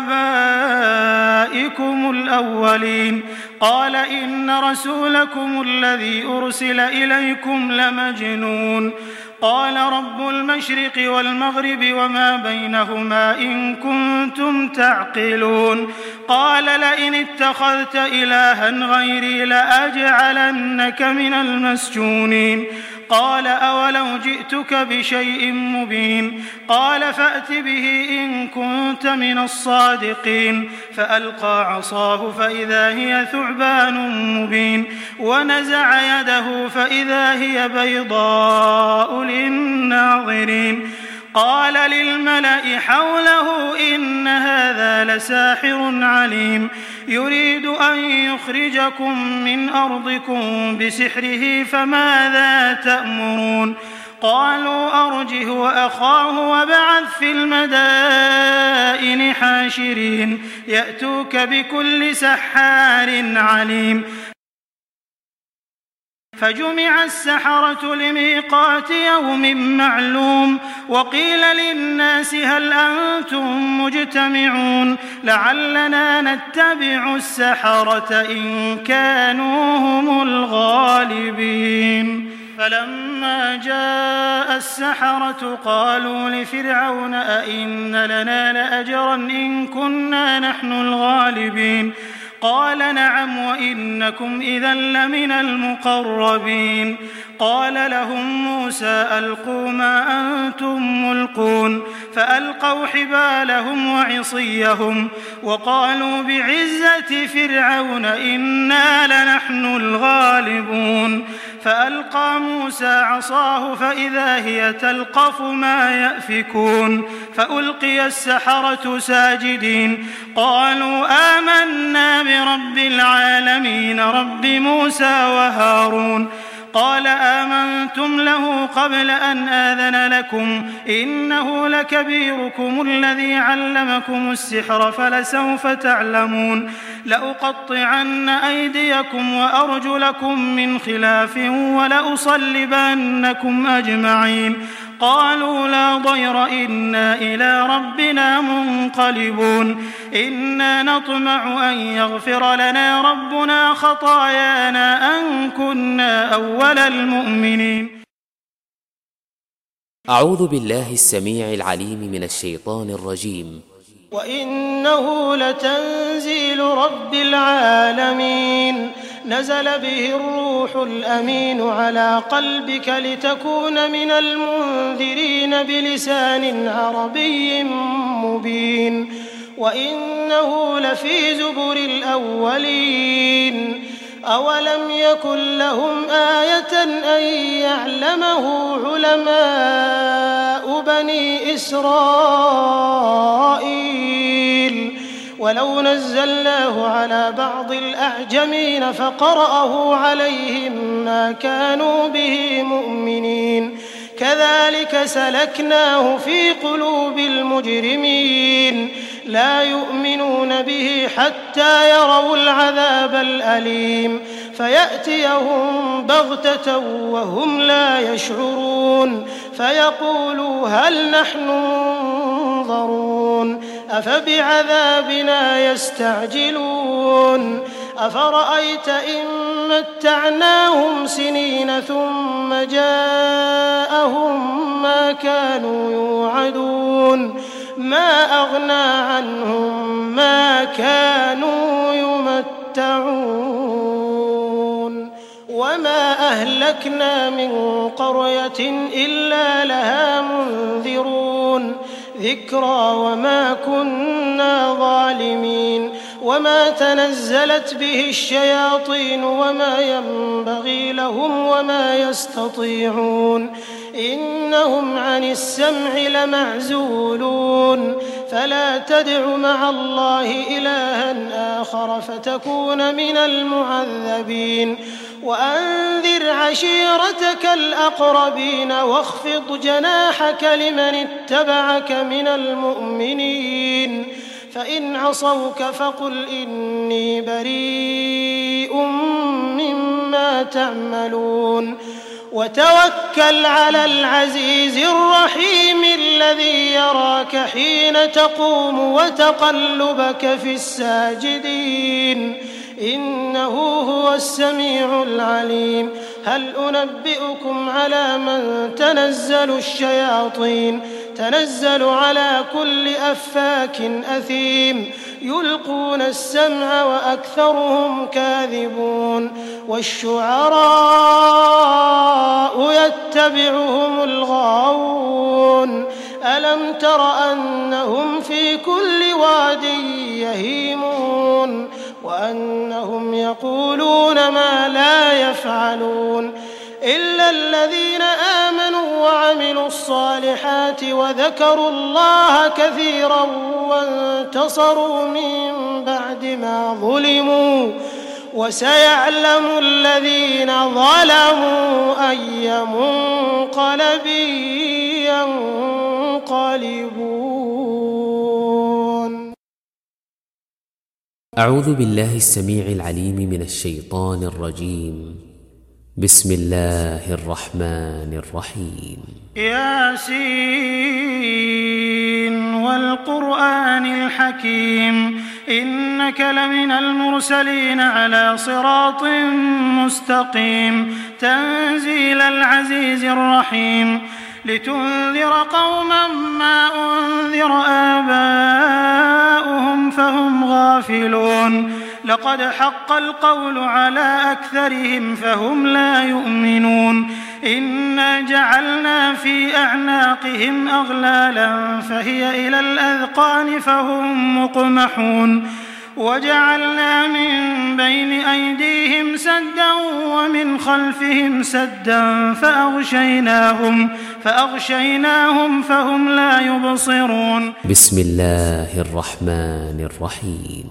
آبائكم الأولين. قال إن رسولكم الذي أرسل إليكم لمجنون. قال رب المشرق والمغرب وما بينهما إن كنتم تعقلون. قال لئن اتخذت إلها غيري لأجعلنك من المسجونين. قال أولو جئتك بشيء مبين؟ قال فأت به إن كنت من الصادقين. فألقى عصاه فإذا هي ثعبان مبين ونزع يده فإذا هي بيضاء للناظرين. قال للملأ حوله إن هذا لساحر عليم يريد أن يخرجكم من أرضكم بسحره فماذا تأمرون؟ قالوا أرجه وأخاه وابعث في المدائن حاشرين يأتوك بكل سحار عليم. فجمع السحرة لميقات يوم معلوم وقيل للناس هل أنتم مجتمعون لعلنا نتبع السحرة إن كانوا هم الغالبين. فلما جاء السحرة قالوا لفرعون أئن لنا لأجرا إن كنا نحن الغالبين؟ قال نعم وإنكم إذا لمن المقربين. قال لهم موسى ألقوا ما أنتم ملقون فألقوا حبالهم وعصيهم وقالوا بعزة فرعون إنا لنحن الغالبون. فألقى موسى عصاه فإذا هي تلقف ما يأفكون فألقي السحرة ساجدين قالوا آمنا برب العالمين رب موسى وهارون. قال آمنتم له قبل أن آذن لكم إنه لكبيركم الذي علمكم السحر فلسوف تعلمون لأقطعن أيديكم وأرجلكم من خلاف ولأصلبنكم أجمعين. قالوا لا ضير إنا إلى ربنا منقلبون إنا نطمع أن يغفر لنا ربنا خطايانا أن كنا أول المؤمنين. أعوذ بالله السميع العليم من الشيطان الرجيم. وإنه لتنزيل رب العالمين نزل به الروح الأمين على قلبك لتكون من المنذرين بلسان عربي مبين وإنه لفي زبر الأولين. أولم يكن لهم آية أن يعلمه علماء بني إسرائيل ولو نزلناه على بعض الأعجمين فقرأه عليهم ما كانوا به مؤمنين كذلك سلكناه في قلوب المجرمين لا يؤمنون به حتى يروا العذاب الأليم فيأتيهم بغتة وهم لا يشعرون فيقولوا هل نحن منظرون أفبعذابنا يستعجلون أفرأيت إن متعناهم سنين ثم جاءهم ما كانوا يوعدون ما أغنى عنهم ما كانوا يمتعون وما أهلكنا من قرية إلا لها منذرون ذكرى وما كنا ظالمين وما تنزلت به الشياطين وما ينبغي لهم وما يستطيعون إنهم عن السمع لمعزولون فلا تدع مع الله إلها آخر فتكون من المعذبين وأنذر عشيرتك الأقربين واخفض جناحك لمن اتبعك من المؤمنين فإن عصوك فقل إني بريء مما تعملون وتوكل على العزيز الرحيم الذي يراك حين تقوم وتقلبك في الساجدين إنه هو السميع العليم هل أنبئكم على من تنزل الشياطين تنزل على كل أفاك أثيم يلقون السمع وأكثرهم كاذبون والشعراء يتبعهم الغاوون ألم تر أنهم في كل واد يهيمون وأنهم يقولون ما لا يفعلون إلا الذين آمنوا وعملوا الصالحات وذكروا الله كثيرا وانتصروا من بعد ما ظلموا وسيعلم الذين ظلموا أي منقلب ينقلبون. أعوذ بالله السميع العليم من الشيطان الرجيم. بسم الله الرحمن الرحيم. ياسين والقرآن الحكيم إنك لمن المرسلين على صراط مستقيم تنزيل العزيز الرحيم لتنذر قوما ما أنذر آباؤهم فهم غافلون لقد حق القول على أكثرهم فهم لا يؤمنون إنا جعلنا في أعناقهم أغلالا فهي إلى الأذقان فهم مقمحون وجعلنا من بين أيديهم سدا ومن خلفهم سدا فأغشيناهم فأغشيناهم فهم لا يبصرون. بسم الله الرحمن الرحيم.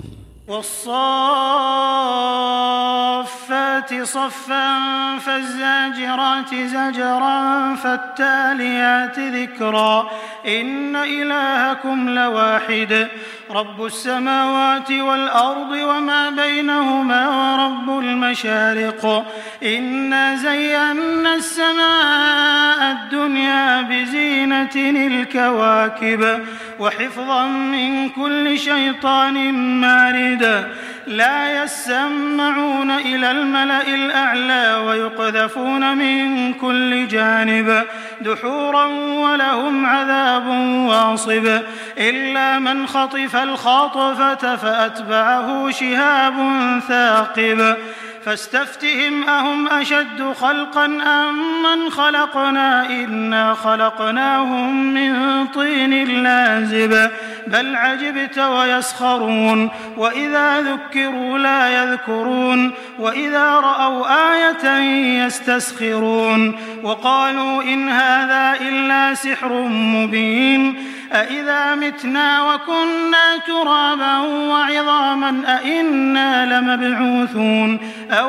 والصافات صفا فالزاجرات زجرا فالتاليات ذكرا إن إلهكم لواحد رب السماوات والأرض وما بينهما ورب المشارق إنا زينا السماء الدنيا بزينة الكواكب وحفظا من كل شيطان مارد لا يسمعون إلى الملأ الأعلى ويقذفون من كل جانب دحورا ولهم عذاب واصب إلا من خطف الخطفة فأتبعه شهاب ثاقب فاستفتهم أهم أشد خلقا أم من خلقنا إنا خلقناهم من طين لازب بل عجبت ويسخرون وإذا ذكروا لا يذكرون وإذا رأوا آية يستسخرون وقالوا إن هذا إلا سحر مبين أإذا متنا وكنا ترابا وعظاما أإنا لمبعوثون أو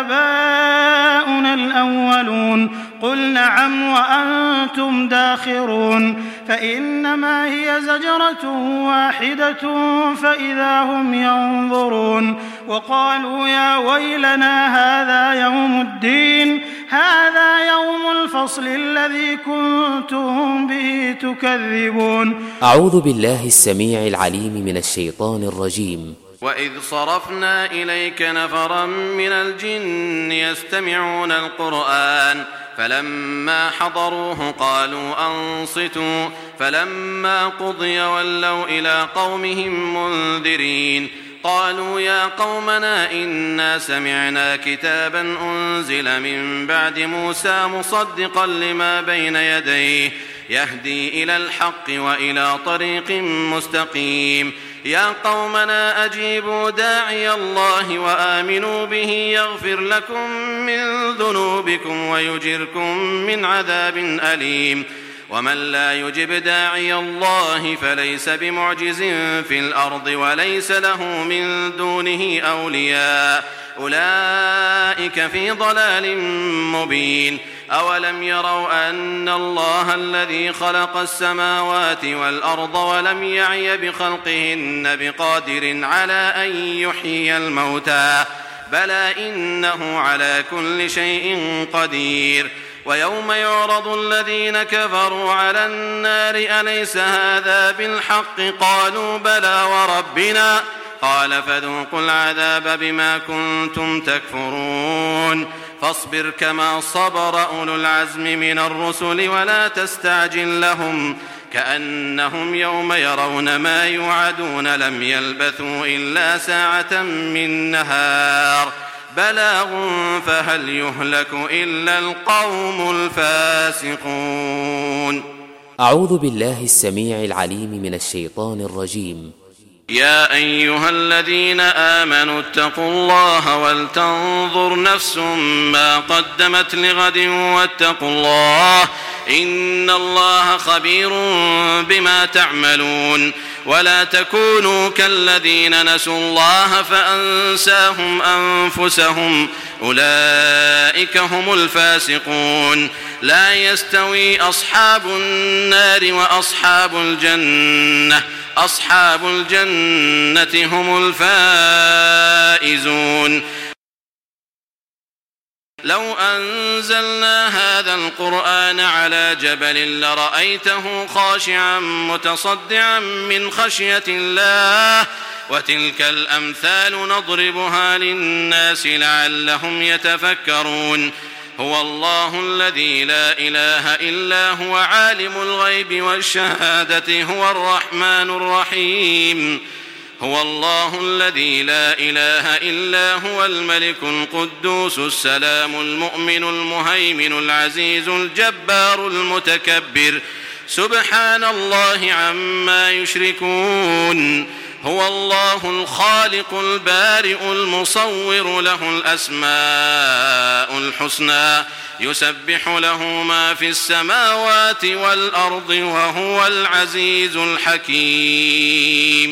آباؤنا الأولون قل نعم وأنتم داخرون فإنما هي زجرة واحدة فإذا هم ينظرون وقالوا يا ويلنا هذا يوم الدين هذا يوم الفصل الذي كنتم به تكذبون. أعوذ بالله السميع العليم من الشيطان الرجيم. وإذ صرفنا إليك نفرا من الجن يستمعون القرآن فلما حضروه قالوا أنصتوا فلما قضي ولوا إلى قومهم منذرين قالوا يا قومنا إنا سمعنا كتابا أنزل من بعد موسى مصدقا لما بين يديه يهدي إلى الحق وإلى طريق مستقيم. يا قومنا أجيبوا داعي الله وآمنوا به يغفر لكم من ذنوبكم ويجركم من عذاب أليم. ومن لا يجب داعي الله فليس بمعجز في الأرض وليس له من دونه أولياء أولئك في ضلال مبين. أولم يروا أن الله الذي خلق السماوات والأرض ولم يعي بخلقهن بقادر على أن يحيي الموتى بلى إنه على كل شيء قدير. ويوم يعرض الذين كفروا على النار أليس هذا بالحق قالوا بلى وربنا قال فذوقوا العذاب بما كنتم تكفرون. فاصبر كما صبر أولو العزم من الرسل ولا تستعجل لهم كأنهم يوم يرون ما يوعدون لم يلبثوا إلا ساعة من نهار بلاغ فهل يهلك إلا القوم الفاسقون. أعوذ بالله السميع العليم من الشيطان الرجيم. يا أيها الذين آمنوا اتقوا الله ولتنظر نفس ما قدمت لغد واتقوا الله إن الله خبير بما تعملون. ولا تكونوا كالذين نسوا الله فأنساهم أنفسهم أولئك هم الفاسقون. لا يستوي أصحاب النار وأصحاب الجنة أصحاب الجنة هم الفائزون. لو أنزلنا هذا القرآن على جبل لرأيته خاشعا متصدعا من خشية الله وتلك الأمثال نضربها للناس لعلهم يتفكرون. هو الله الذي لا إله إلا هو عالم الغيب والشهادة هو الرحمن الرحيم. هو الله الذي لا إله إلا هو الملك القدوس السلام المؤمن المهيمن العزيز الجبار المتكبر سبحان الله عما يشركون. هو الله الخالق البارئ المصور له الأسماء الحسنى يسبح له ما في السماوات والأرض وهو العزيز الحكيم.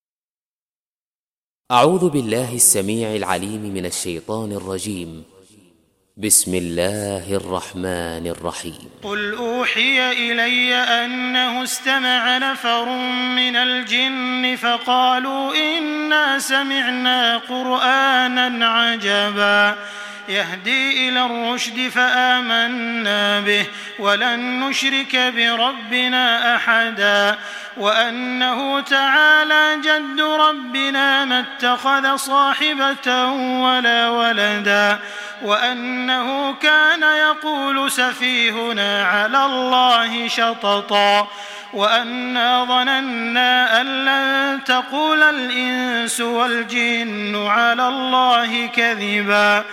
أعوذ بالله السميع العليم من الشيطان الرجيم. بسم الله الرحمن الرحيم. قل أوحي إلي أنه استمع نفر من الجن فقالوا إنا سمعنا قرآنا عجبا يهدي إلى الرشد فآمنا به ولن نشرك بربنا أحدا وأنه تعالى جد ربنا ما اتخذ صاحبة ولا ولدا وأنه كان يقول سفيهنا على الله شططا وأنا ظننا أن لن تقول الإنس والجن على الله كذبا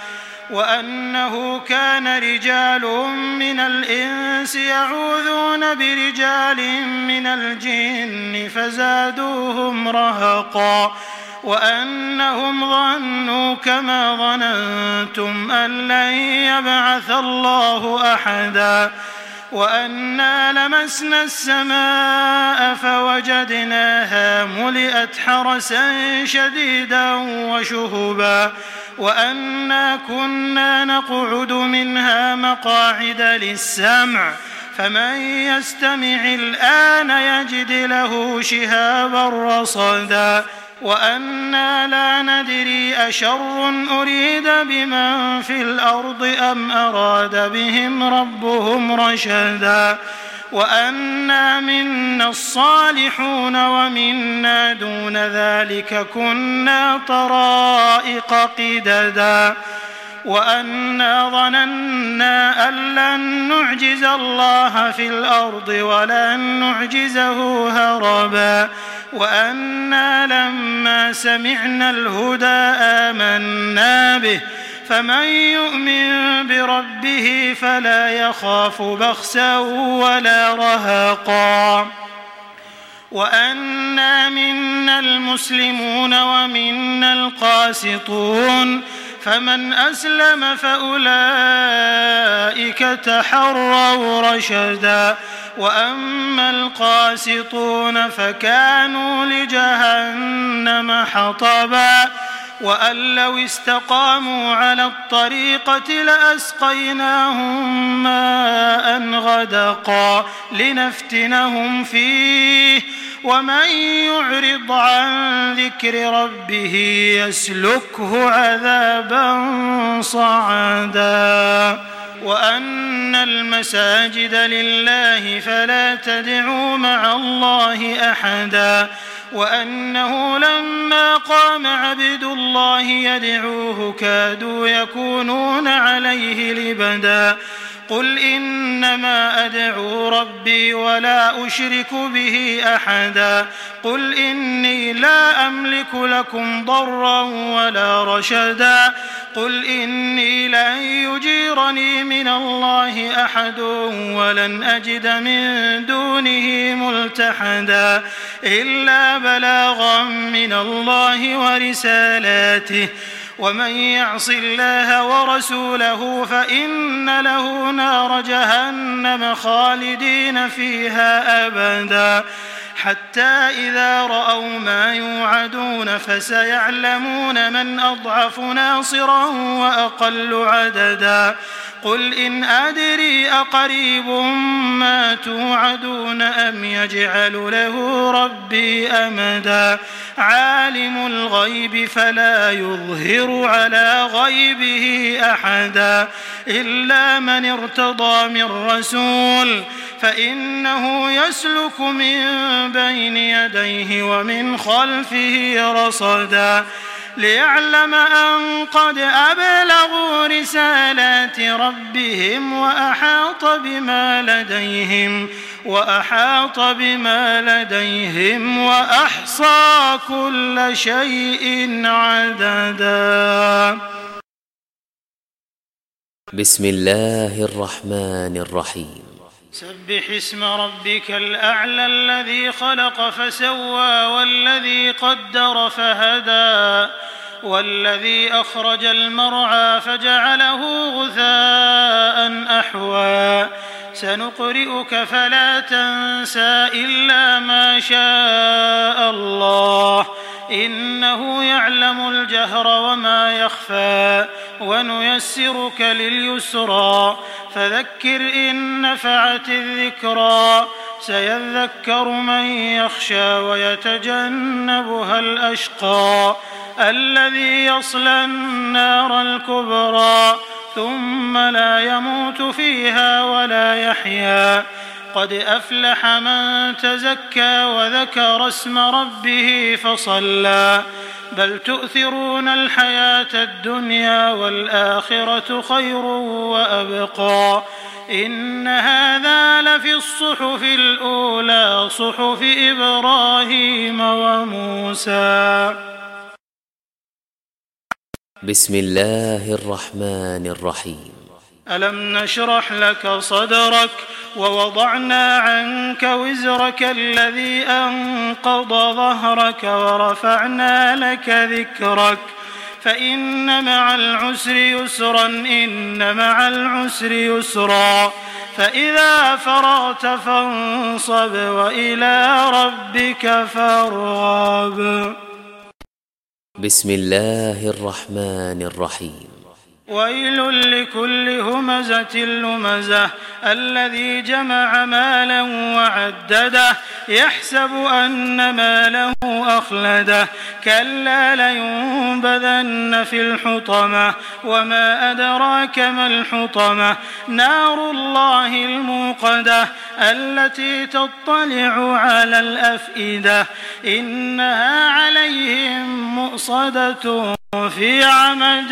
وأنه كان رجال من الإنس يعوذون برجال من الجن فزادوهم رهقا وأنهم ظنوا كما ظننتم أن لن يبعث الله أحدا وأنا لمسنا السماء فوجدناها ملئت حرسا شديدا وشهبا وأنا كنا نقعد منها مقاعد للسمع فمن يستمع الآن يجد له شهابا رصدا وأنا لا ندري أشر أريد بمن في الأرض أم أراد بهم ربهم رشدا وأنا منا الصالحون ومنا دون ذلك كنا طرائق قددا وأنا ظننا أن لن نعجز الله في الأرض ولن نعجزه هربا وأنا لما سمعنا الهدى آمنا به فمن يؤمن بربه فلا يخاف بخسا ولا رهقا وأنا منا المسلمون ومنا القاسطون فمن أسلم فأولئك تحروا رشدا وأما القاسطون فكانوا لجهنم حطبا وأن لو استقاموا على الطريقة لأسقيناهم ماء غدقا لنفتنهم فيه ومن يعرض عن ذكر ربه يسلكه عذابا صعدا وأن المساجد لله فلا تدعوا مع الله أحدا وأنه لما قام عبد الله يدعوه كادوا يكونون عليه لبدا قل إنما أدعو ربي ولا أشرك به أحدا قل إني لا أملك لكم ضرا ولا رشدا قل إني لن يجيرني من الله أحد ولن أجد من دونه ملتحدا إلا بلاغا من الله ورسالاته ومن يعص الله ورسوله فإن له نار جهنم خالدين فيها أبدا حتى إذا رأوا ما يوعدون فسيعلمون من أضعف ناصرا وأقل عددا قل إن أدري أقريب ما توعدون أم يجعل له ربي أمدا عالم الغيب فلا يظهر على غيبه أحدا إلا من ارتضى من رسول فإنه يسلك من بين يديه ومن خلفه رصدا ليعلم أن قد أبلغوا رسالات ربهم وأحاط بما لديهم وأحاط بما لديهم وأحصى كل شيء عددا. بسم الله الرحمن الرحيم. سبح اسم ربك الأعلى الذي خلق فسوى والذي قدر فهدى والذي أخرج المرعى فجعله غثاء أحوى سنقرئك فلا تنسى إلا ما شاء الله إنه يعلم الجهر وما يخفى ونيسرك لليسرى فذكر إن نفعت الذكرى سيذكر من يخشى ويتجنبها الأشقى الذي يصلى النار الكبرى ثم لا يموت فيها ولا يحيا قد أفلح من تزكى وذكر اسم ربه فصلى بل تؤثرون الحياة الدنيا والآخرة خير وأبقى إن هذا لفي الصحف الأولى صحف إبراهيم وموسى. بسم الله الرحمن الرحيم. ألم نشرح لك صدرك ووضعنا عنك وزرك الذي أنقض ظهرك ورفعنا لك ذكرك فإن مع العسر يسرا إن مع العسر يسرا فإذا فرغت فانصب وإلى ربك فارغب. بسم الله الرحمن الرحيم. ويل لكل همزة لمزة الذي جمع مالا وعدده يحسب أن ماله أخلده كلا لينبذن في الحطمة وما أدراك ما الحطمة نار الله الموقدة التي تطلع على الأفئدة إنها عليهم مؤصدة في عمد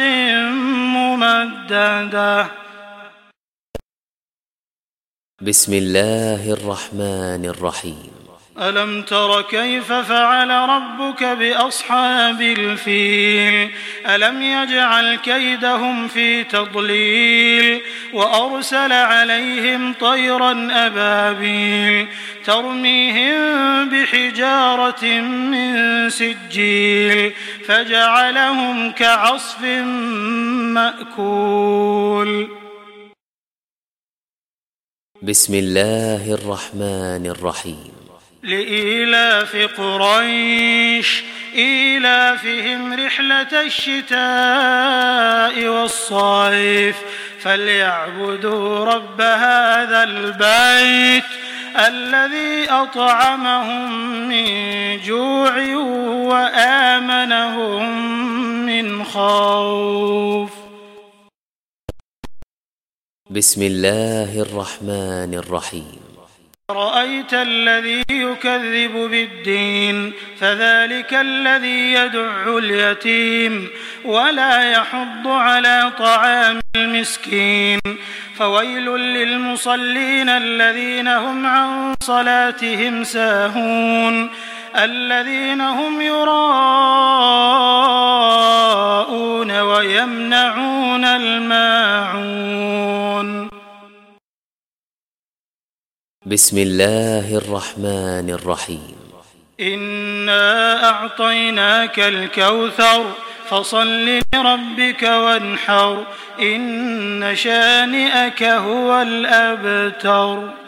ممددة. بسم الله الرحمن الرحيم. ألم تر كيف فعل ربك بأصحاب الفيل ألم يجعل كيدهم في تضليل وأرسل عليهم طيرا أبابيل ترميهم بحجارة من سجيل فجعلهم كعصف مأكول. بسم الله الرحمن الرحيم. لإيلاف قريش إيلافهم رحلة الشتاء والصيف فليعبدوا رب هذا البيت الذي أطعمهم من جوع وآمنهم من خوف. بسم الله الرحمن الرحيم. رأيت الذي يكذب بالدين فذلك الذي يدع اليتيم ولا يحض على طعام المسكين فويل للمصلين الذين هم عن صلاتهم ساهون الذين هم يراءون ويمنعون الماعون. بسم الله الرحمن الرحيم. إنا أعطيناك الكوثر فصل لربك وانحر إن شانئك هو الأبتر.